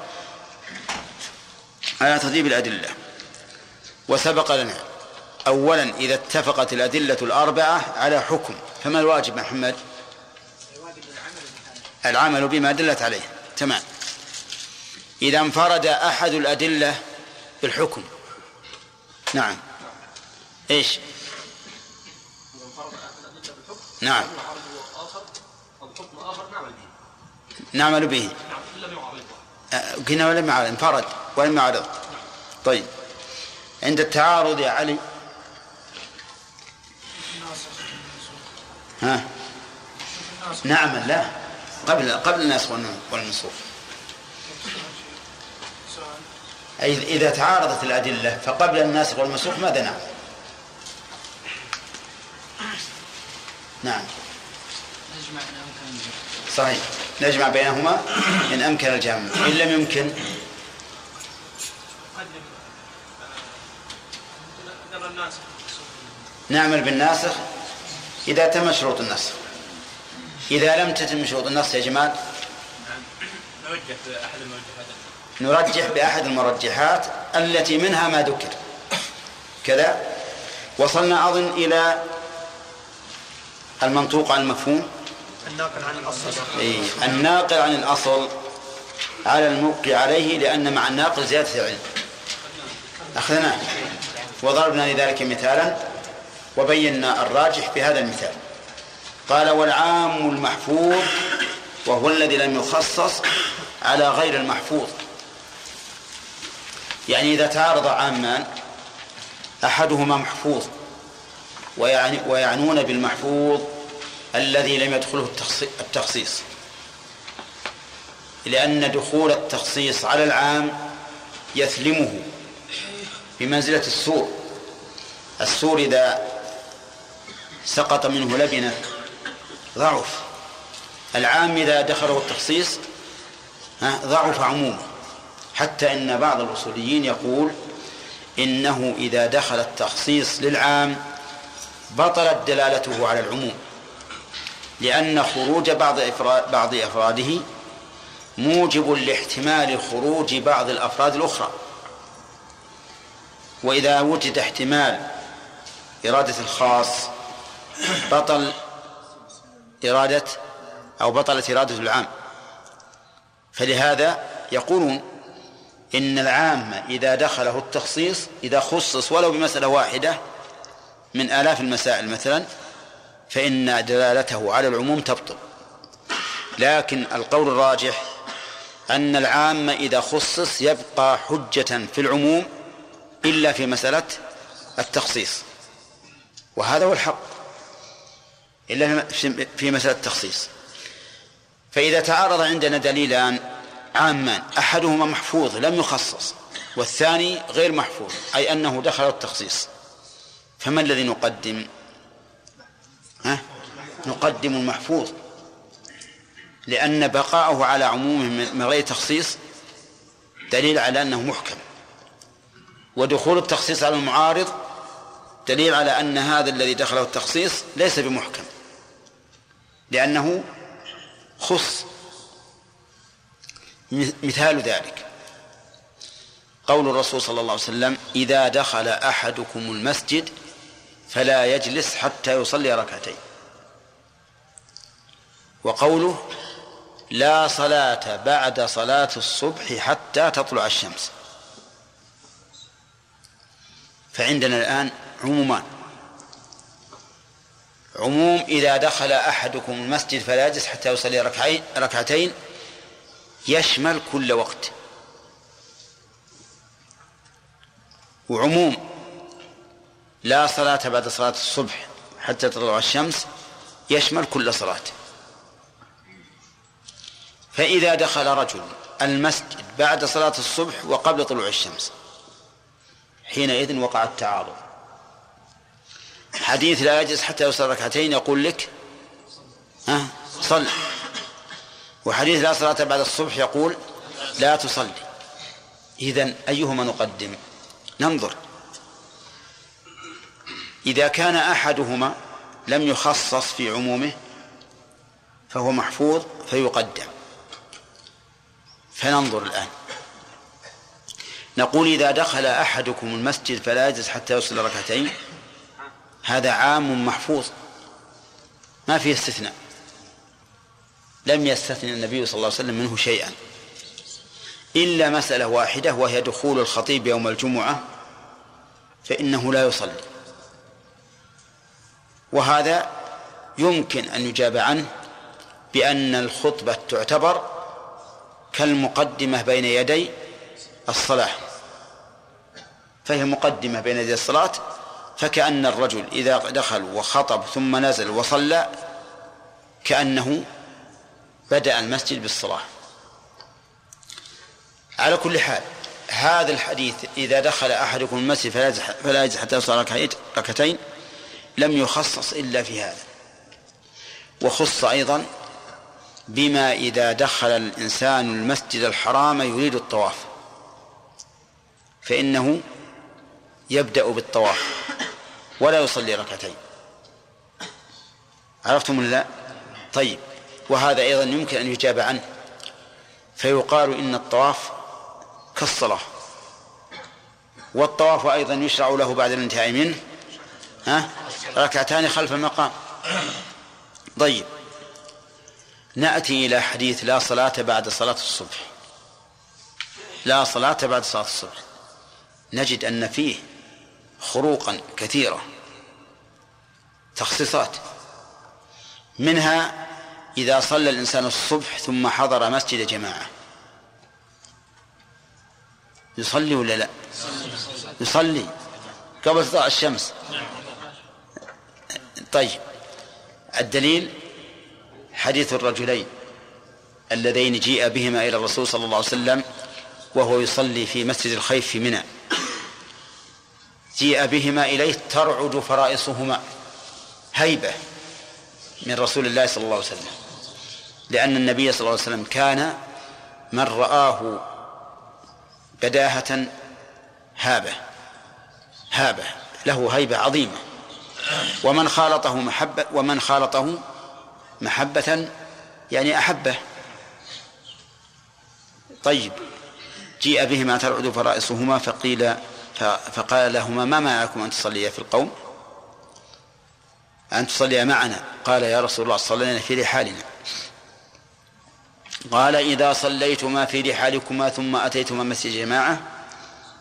Speaker 1: على ترتيب الأدلة. وسبق لنا أولا إذا اتفقت الأدلة الأربعة على حكم فما الواجب محمد؟ العمل بما دلت عليه. تمام. إذا انفرد أحد الأدلة بالحكم، نعم، إيش؟ نعم، نعمل به. قلنا ولم يعارض، انفرد ولم يعارض. طيب، عند التعارض يا علي ها نعمل لا قبل قبل الناس والمنسوخ. أي إذا تعارضت الأدلة فقبل الناسخ والمنسوخ ماذا نعمل؟ نعم، صحيح، نجمع بينهما إن أمكن الجمع. إن لم يمكن نعمل بالناسخ إذا تم شروط النسخ. إذا لم تتم شروط النسخ يا جماعة نرجح بأحد المرجحات التي منها ما ذكر كذا. وصلنا أظن إلى المنطوق عن المفهوم،
Speaker 6: الناقل عن الأصل.
Speaker 1: إيه. الناقل عن الأصل على المبقي عليه، لأن مع الناقل زيادة العلم. أخذنا وضربنا لذلك مثالا وبينا الراجح في هذا المثال. قال: والعام المحفوظ وهو الذي لم يخصص على غير المحفوظ. يعني إذا تعارض عامان أحدهما محفوظ، ويعني ويعنون بالمحفوظ الذي لم يدخله التخصيص، لأن دخول التخصيص على العام يثلمه بمنزلة السور. السور إذا سقط منه لبنة ضعف، العام إذا دخله التخصيص ضعف عمومه، حتى إن بعض الأصوليين يقول إنه إذا دخل التخصيص للعام بطلت دلالته على العموم، لأن خروج بعض إفراد بعض أفراده موجب لاحتمال خروج بعض الأفراد الأخرى. وإذا وجد احتمال إرادة الخاص بطل إرادة أو بطلت إرادة العام. فلهذا يقولون إن العام إذا دخله التخصيص، إذا خصص ولو بمسألة واحدة من آلاف المسائل مثلا، فإن دلالته على العموم تبطل. لكن القول الراجح أن العام إذا خصص يبقى حجة في العموم إلا في مسألة التخصيص، وهذا هو الحق، إلا في مسألة التخصيص. فإذا تعارض عندنا دليلان عامان أحدهما محفوظ لم يخصص والثاني غير محفوظ، أي أنه دخل التخصيص، فما الذي نقدم؟ ها؟ نقدم المحفوظ، لأن بقاءه على عمومه من غير تخصيص دليل على أنه محكم، ودخول التخصيص على المعارض دليل على أن هذا الذي دخله التخصيص ليس بمحكم لأنه خص. مثال ذلك قول الرسول صلى الله عليه وسلم: إذا دخل أحدكم المسجد فلا يجلس حتى يصلي ركعتين، وقوله: لا صلاة بعد صلاة الصبح حتى تطلع الشمس. فعندنا الآن عمومان: عموم إذا دخل أحدكم المسجد فلا يجلس حتى يصلي ركعتين يشمل كل وقت، وعموم لا صلاة بعد صلاة الصبح حتى تطلع الشمس يشمل كل صلاة. فإذا دخل رجل المسجد بعد صلاة الصبح وقبل طلوع الشمس حينئذ وقع التعارض. حديث لا يجلس حتى يصلي ركعتين يقول لك ها صل، وحديث لا صلاة بعد الصبح يقول لا تصلي. إذن أيهما نقدم؟ ننظر. إذا كان أحدهما لم يخصص في عمومه فهو محفوظ فيقدم. فننظر الآن نقول: إذا دخل أحدكم المسجد فلا يجلس حتى يصلي ركعتين، هذا عام محفوظ ما فيه استثناء، لم يستثني النبي صلى الله عليه وسلم منه شيئا إلا مسألة واحدة، وهي دخول الخطيب يوم الجمعة فإنه لا يصلي، وهذا يمكن أن يجاب عنه بأن الخطبة تعتبر كالمقدمة بين يدي الصلاة، فهي مقدمة بين يدي الصلاة، فكأن الرجل إذا دخل وخطب ثم نزل وصلى كأنه بدأ المسجد بالصلاة. على كل حال هذا الحديث إذا دخل أحدكم المسجد فلا يجلس حتى يصلي ركعتين لم يخصص إلا في هذا، وخص أيضا بما إذا دخل الإنسان المسجد الحرام يريد الطواف فإنه يبدأ بالطواف ولا يصلي ركعتين. عرفتم ولا لا؟ طيب، وهذا أيضا يمكن أن يجاب عنه، فيقال إن الطواف كالصلاة، والطواف أيضا يشرع له بعد الانتهاء منه ها ركعتان خلف المقام. طيب، نأتي إلى حديث لا صلاة بعد صلاة الصبح. لا صلاة بعد صلاة الصبح نجد أن فيه خروقا كثيرة، تخصيصات، منها إذا صلى الإنسان الصبح ثم حضر مسجد جماعة يصلي ولا لا؟ يصلي قبل طلوع الشمس. طيب، الدليل حديث الرجلين اللذين جيء بهما إلى الرسول صلى الله عليه وسلم وهو يصلي في مسجد الخيف في منى، جيء بهما إليه ترعد فرائصهما هيبة من رسول الله صلى الله عليه وسلم، لأن النبي صلى الله عليه وسلم كان من رآه بداهة هابة هابة له هيبة عظيمة، ومن خالطه محبة ومن خالطه محبة يعني أحبه. طيب، جيء بهما ترعد فرائصهما فقيل فقال لهما: ما منعكم أن تصليا في القوم أن تصليا معنا؟ قال: يا رسول الله صلينا في رحالنا. قال: إذا صليتما في رحالكما ثم أتيتما مسجد جماعة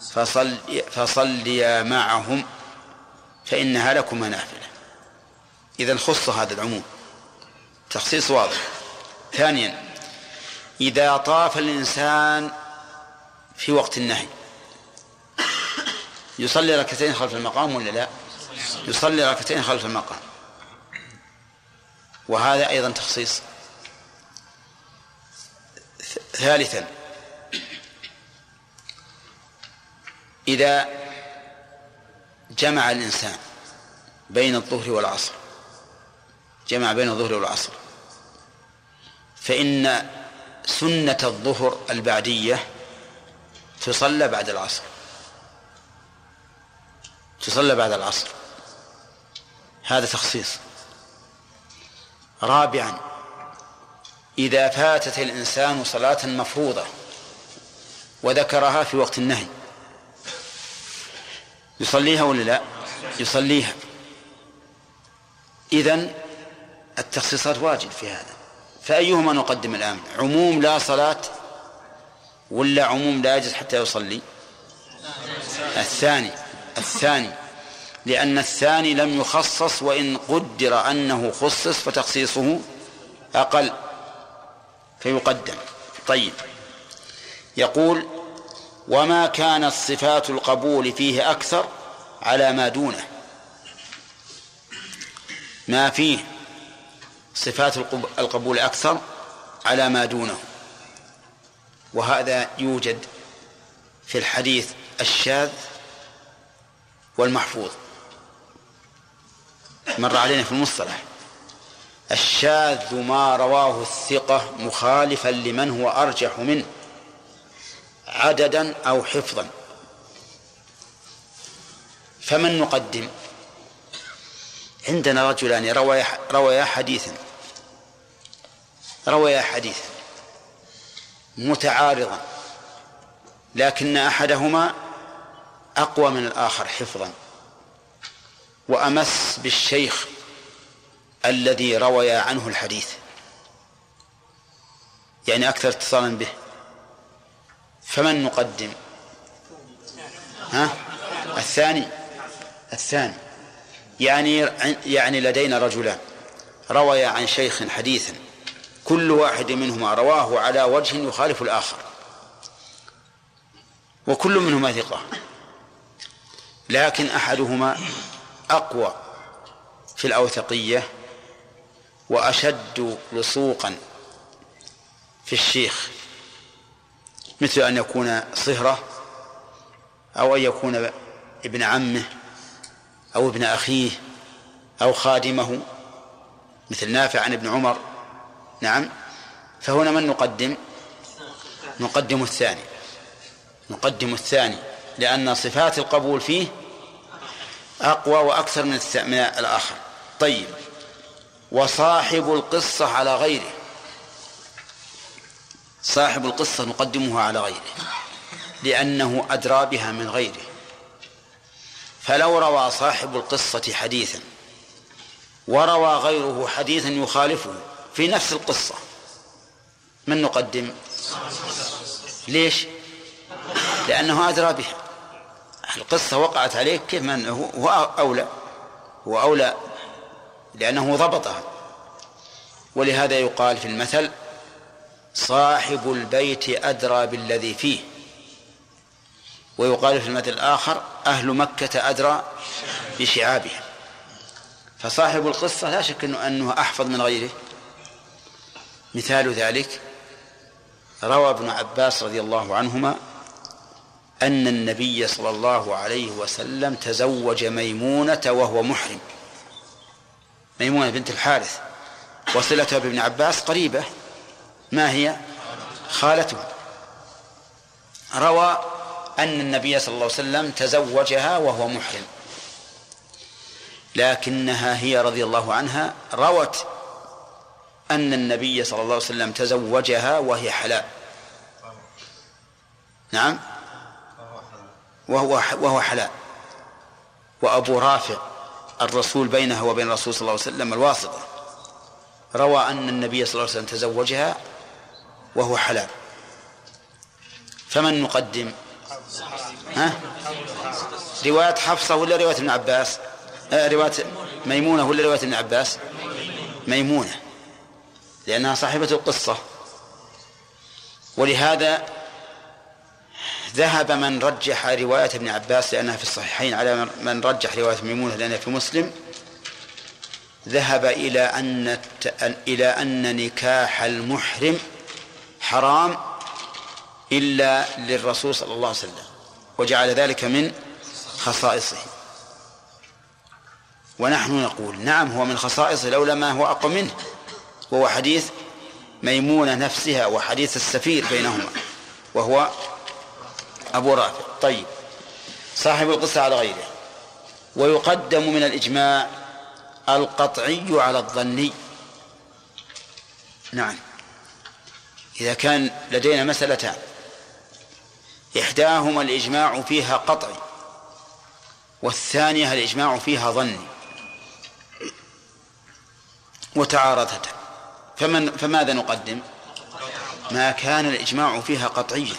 Speaker 1: فصل فصليا معهم فإنها لكما نافلة. إذن خص هذا العموم، تخصيص واضح. ثانيا إذا طاف الإنسان في وقت النهي يصلي ركعتين خلف المقام ولا لا؟ يصلي ركعتين خلف المقام، وهذا أيضا تخصيص. ثالثا إذا جمع الإنسان بين الظهر والعصر جمع بين الظهر والعصر فإن سنة الظهر البعدية تصلى بعد العصر تصلى بعد العصر هذا تخصيص. رابعا إذا فاتت الإنسان صلاة مفروضة وذكرها في وقت النهي يصليها ولا لا؟ يصليها. إذن التخصيصات واجب في هذا، فأيهما نقدم الآن؟ عموم لا صلاة ولا عموم لا يجوز حتى يصلي؟ الثاني الثاني لأن الثاني لم يخصص، وإن قدر أنه خصص فتخصيصه أقل فيقدم. طيب، يقول وما كانت صفات القبول فيه أكثر على ما دونه، ما فيه صفات القبول أكثر على ما دونه، وهذا يوجد في الحديث الشاذ والمحفوظ، مر علينا في المصطلح. الشاذ ما رواه الثقة مخالفا لمن هو أرجح منه عددا أو حفظا، فمن نقدم؟ عندنا رجلان رويا رويا حديثا رويا حديثا متعارضا، لكن أحدهما أقوى من الآخر حفظا وأمس بالشيخ الذي روي عنه الحديث، يعني أكثر اتصالا به. فمن نقدم؟ ها؟ الثاني الثاني يعني يعني لدينا رجلان روي عن شيخ حديثا كل واحد منهما رواه على وجه يخالف الآخر، وكل منهما ثقة، لكن أحدهما أقوى في الأوثقية وأشد لصوقا في الشيخ، مثل أن يكون صهره أو أن يكون ابن عمه أو ابن أخيه أو خادمه، مثل نافع عن ابن عمر. نعم، فهنا من نقدم؟ نقدم الثاني نقدم الثاني لأن صفات القبول فيه أقوى وأكثر من الآخر. طيب، وصاحب القصة على غيره، صاحب القصة نقدمها على غيره لأنه أدرى بها من غيره، فلو روى صاحب القصة حديثا وروى غيره حديثا يخالفه في نفس القصة، من نقدم؟ ليش؟ لأنه أدرى بها، القصة وقعت عليه، كيف من هو أولى هو أولى لأنه ضبطها. ولهذا يقال في المثل صاحب البيت أدرى بالذي فيه، ويقال في المثل الآخر أهل مكة أدرى بشعابها. فصاحب القصة لا شك أنه, أنه أحفظ من غيره. مثال ذلك روى ابن عباس رضي الله عنهما أن النبي صلى الله عليه وسلم تزوج ميمونة وهو محرم، ميمونة بنت الحارث، وصلتها بابن عباس قريبة، ما هي؟ خالته. روى أن النبي صلى الله عليه وسلم تزوجها وهو محرم، لكنها هي رضي الله عنها روت أن النبي صلى الله عليه وسلم تزوجها وهي حلال. نعم، وهو وهو حلال، وأبو رافع الرسول بينها وبين الرسول صلى الله عليه وسلم الواسطة روى أن النبي صلى الله عليه وسلم تزوجها وهو حلال. فمن نقدم؟ ها؟ رواية حفصة ولا رواية ابن عباس؟ آه رواية ميمونة ولا رواية ابن عباس؟ ميمونة، لأنها صاحبة القصة. ولهذا ذهب من رجح رواية ابن عباس لأنها في الصحيحين على من رجح رواية ميمونة لأنها في مسلم، ذهب إلى أن إلى أن نكاح المحرم حرام إلا للرسول صلى الله عليه وسلم، وجعل ذلك من خصائصه. ونحن نقول نعم هو من خصائصه لولا ما هو أقوى منه، وهو حديث ميمونة نفسها وحديث السفير بينهما وهو أبو رافع. طيب، صاحب القصة على غيره. ويقدم من الإجماع القطعي على الظني. نعم، إذا كان لدينا مسألتان إحداهما الإجماع فيها قطعي والثانية الإجماع فيها ظني وتعارضتا، فمن فماذا نقدم؟ ما كان الإجماع فيها قطعيا،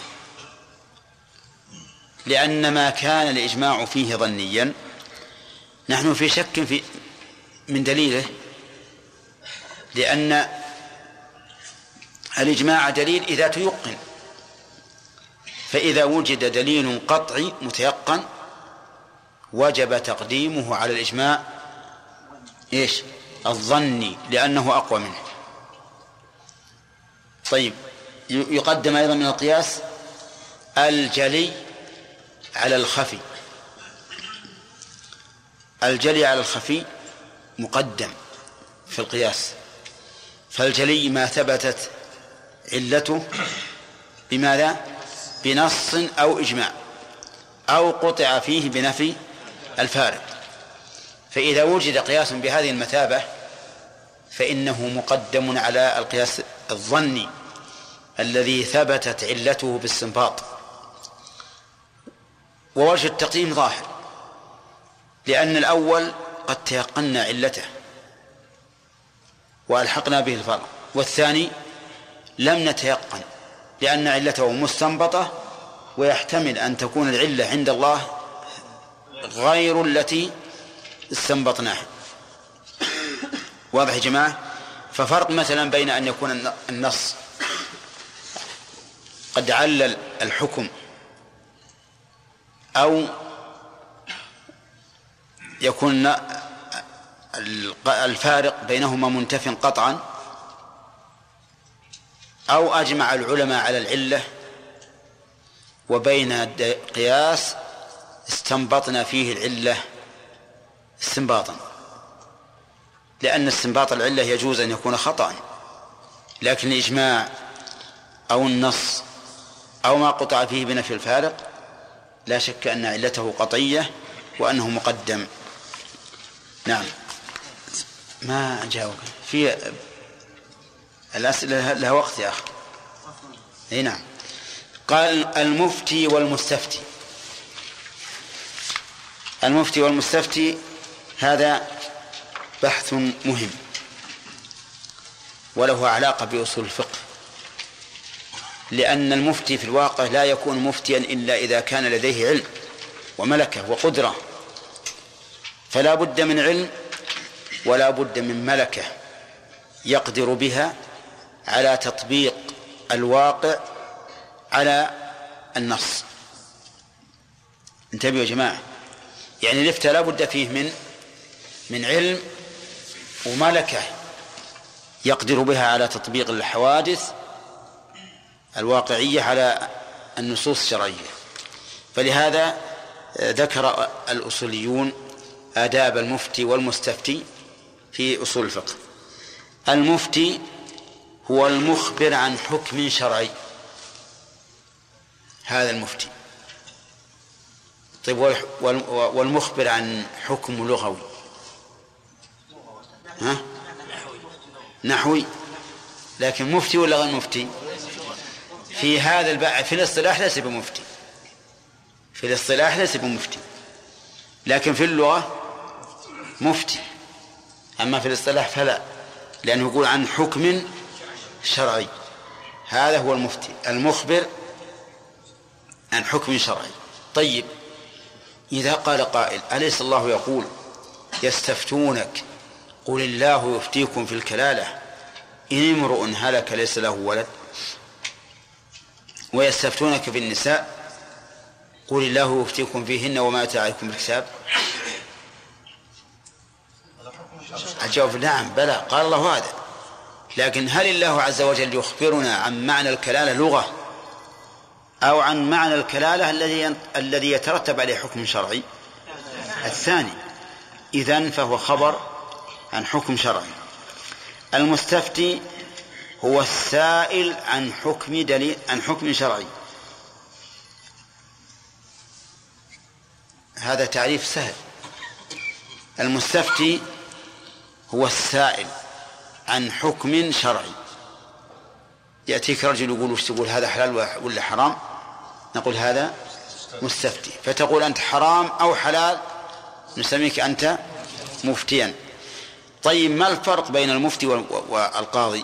Speaker 1: لأن ما كان الإجماع فيه ظنيا نحن في شك في من دليله، لأن الإجماع دليل إذا تيقن، فإذا وجد دليل قطعي متيقن وجب تقديمه على الإجماع إيش؟ الظني، لأنه أقوى منه. طيب، يقدم أيضا من القياس الجلي على الخفي. الجلي على الخفي مقدم في القياس، فالجلي ما ثبتت علته بماذا؟ بنص أو إجماع أو قطع فيه بنفي الفارق. فإذا وجد قياس بهذه المثابة فإنه مقدم على القياس الظني الذي ثبتت علته باستنباط. ووجه التقييم ظاهر، لأن الأول قد تيقنا علته وألحقنا به الفرق، والثاني لم نتيقن لأن علته مستنبطة، ويحتمل أن تكون العلة عند الله غير التي استنبطناها. واضح يا جماعة؟ ففرق مثلا بين أن يكون النص قد علل الحكم أو يكون الفارق بينهما منتف قطعا، أو أجمع العلماء على العلة، وبين قياس استنبطنا فيه العلة استنباطا، لأن استنباط العلة يجوز أن يكون خطأ، لكن الإجماع أو النص أو ما قطع فيه بنفي الفارق لا شك أن علته قطعية وأنه مقدم. نعم، ما جاوب في الأسئلة لها وقت يا أخي. أي نعم. قال المفتي والمستفتي. المفتي والمستفتي هذا بحث مهم وله علاقة بأصول الفقه، لأن المفتي في الواقع لا يكون مفتيا إلا إذا كان لديه علم وملكة وقدرة، فلا بد من علم ولا بد من ملكة يقدر بها على تطبيق الواقع على النص. انتبهوا يا جماعة، يعني الإفتاء لا بد فيه من من علم وملكة يقدر بها على تطبيق الحوادث الواقعية على النصوص الشرعية. فلهذا ذكر الأصوليون آداب المفتي والمستفتي في أصول الفقه. المفتي هو المخبر عن حكم شرعي، هذا المفتي. طيب، والمخبر عن حكم لغوي ها؟ نحوي، لكن مفتي ولا غير مفتي؟ في هذا البع... في الاصطلاح ليس بمفتي، في الاصطلاح ليس بمفتي، لكن في اللغة مفتي، أما في الاصطلاح فلا، لأنه يقول عن حكم شرعي. هذا هو المفتي المخبر عن حكم شرعي. طيب، إذا قال قائل أليس الله يقول يستفتونك قل الله يفتيكم في الكلالة إن امرؤ هلك ليس له ولد ويستفتونك في النساء قل الله يفتيكم فيهن وما أتى عليكم بالكتاب. الجواب نعم بلى، قال الله هذا، لكن هل الله عز وجل يخبرنا عن معنى الكلالة لغة أو عن معنى الكلالة الذي الذي يترتب عليه حكم شرعي؟ الثاني. إذن فهو خبر عن حكم شرعي. المستفتي هو السائل عن حكم دليل عن حكم شرعي. هذا تعريف سهل. المستفتي هو السائل عن حكم شرعي. يأتيك رجل يقول وش تقول، هذا حلال ولا حرام؟ نقول هذا مستفتي، فتقول أنت حرام أو حلال، نسميك أنت مفتيا. طيب ما الفرق بين المفتي والقاضي؟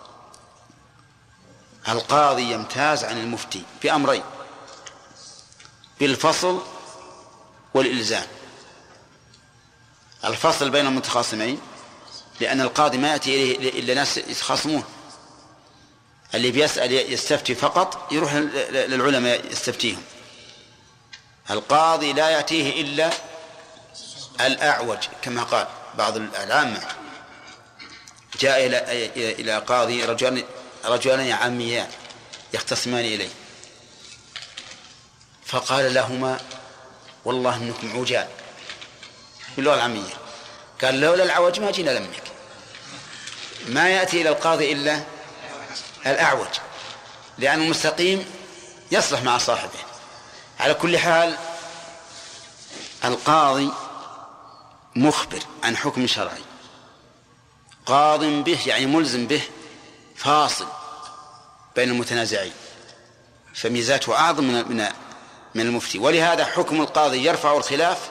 Speaker 1: القاضي يمتاز عن المفتي بأمرين: بالفصل والإلزام. الفصل بين المتخاصمين، لأن القاضي ما يأتي إليه إلا ناس يتخاصمون، اللي بيسأل يستفتي فقط يروح للعلماء يستفتيهم. القاضي لا يأتيه إلا الأعوج كما قال بعض العامة: جاء إلى إلى قاضي رجلان رجلان عاميان يختصمان إليه، فقال لهما: والله إنكم عجال باللغة العامية. قال: لولا العوج ما جينا لمك. ما يأتي إلى القاضي إلا الأعوج، لأن المستقيم يصلح مع صاحبه. على كل حال القاضي مخبر عن حكم شرعي، قاض به يعني ملزم به، فاصل بين المتنازعين، فميزاته أعظم من من من المفتي. ولهذا حكم القاضي يرفع الخلاف،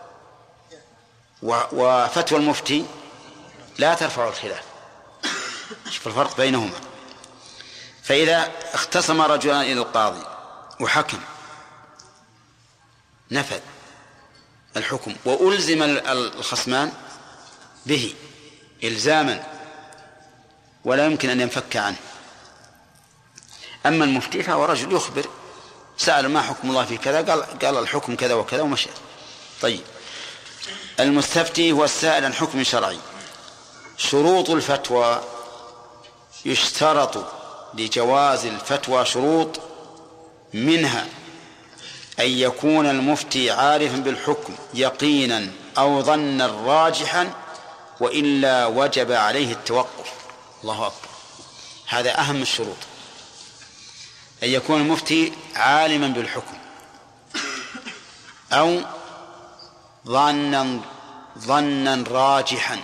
Speaker 1: وفتوى المفتي لا ترفع الخلاف. شوف الفرق بينهما. فإذا اختصم رجلان إلى القاضي وحكم نفذ الحكم وألزم الخصمان به إلزاما ولا يمكن أن ينفك عنه. أما المفتي فهو رجل يخبر، سأل ما حكم الله في كذا، قال, قال الحكم كذا وكذا ومشى. طيب، المستفتي هو السائل عن حكم شرعي. شروط الفتوى: يشترط لجواز الفتوى شروط، منها أن يكون المفتي عارفا بالحكم يقينا أو ظنا راجحا، وإلا وجب عليه التوقف. الله أكبر، هذا أهم الشروط، أن يكون المفتي عالما بالحكم أو ظنا ظنا راجحا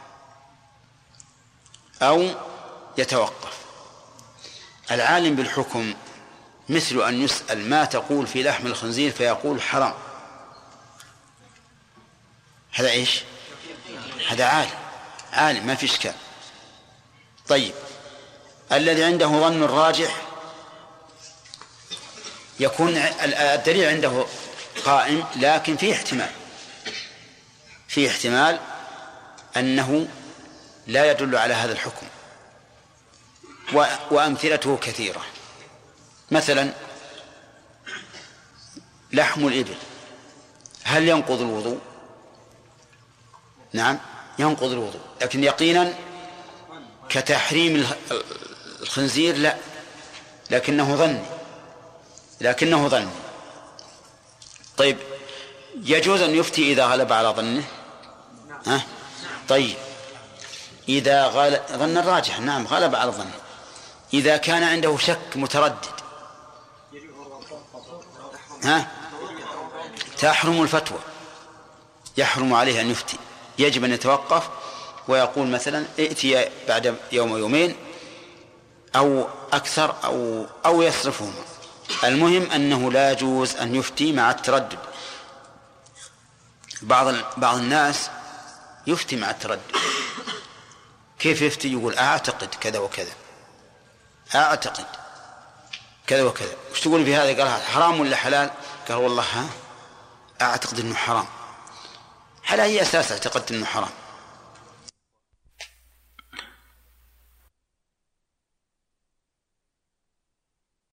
Speaker 1: أو يتوقف. العالم بالحكم مثل أن يسأل: ما تقول في لحم الخنزير؟ فيقول حرام. هذا إيش؟ هذا عالم، عالم ما في إشكال. طيب، الذي عنده ظن راجح يكون الدليل عنده قائم، لكن فيه احتمال فيه احتمال أنه لا يدل على هذا الحكم، وأمثلته كثيرة. مثلا لحم الإبل هل ينقض الوضوء؟ نعم ينقض الوضوء، لكن يقينا كتحريم الخنزير لا، لكنه ظني لكنه ظني طيب، يجوز أن يفتي إذا غلب على ظنه؟ ها؟ طيب، إذا غلب ظن الراجح، نعم غلب على ظنه. إذا كان عنده شك متردد، ها؟ تحرم الفتوى، يحرم عليه أن يفتي، يجب أن يتوقف ويقول مثلا: ائتي بعد يوم يومين أو أكثر أو أو يصرفهما. المهم أنه لا يجوز أن يفتي مع التردد. بعض بعض الناس يفتي مع التردد. كيف يفتي؟ يقول: أعتقد كذا وكذا، أعتقد كذا وكذا. وش تقول في هذا؟ قال: حرام ولا حلال؟ قال: والله ها أعتقد أنه حرام. على أي أساس اعتقدت أنه حرام؟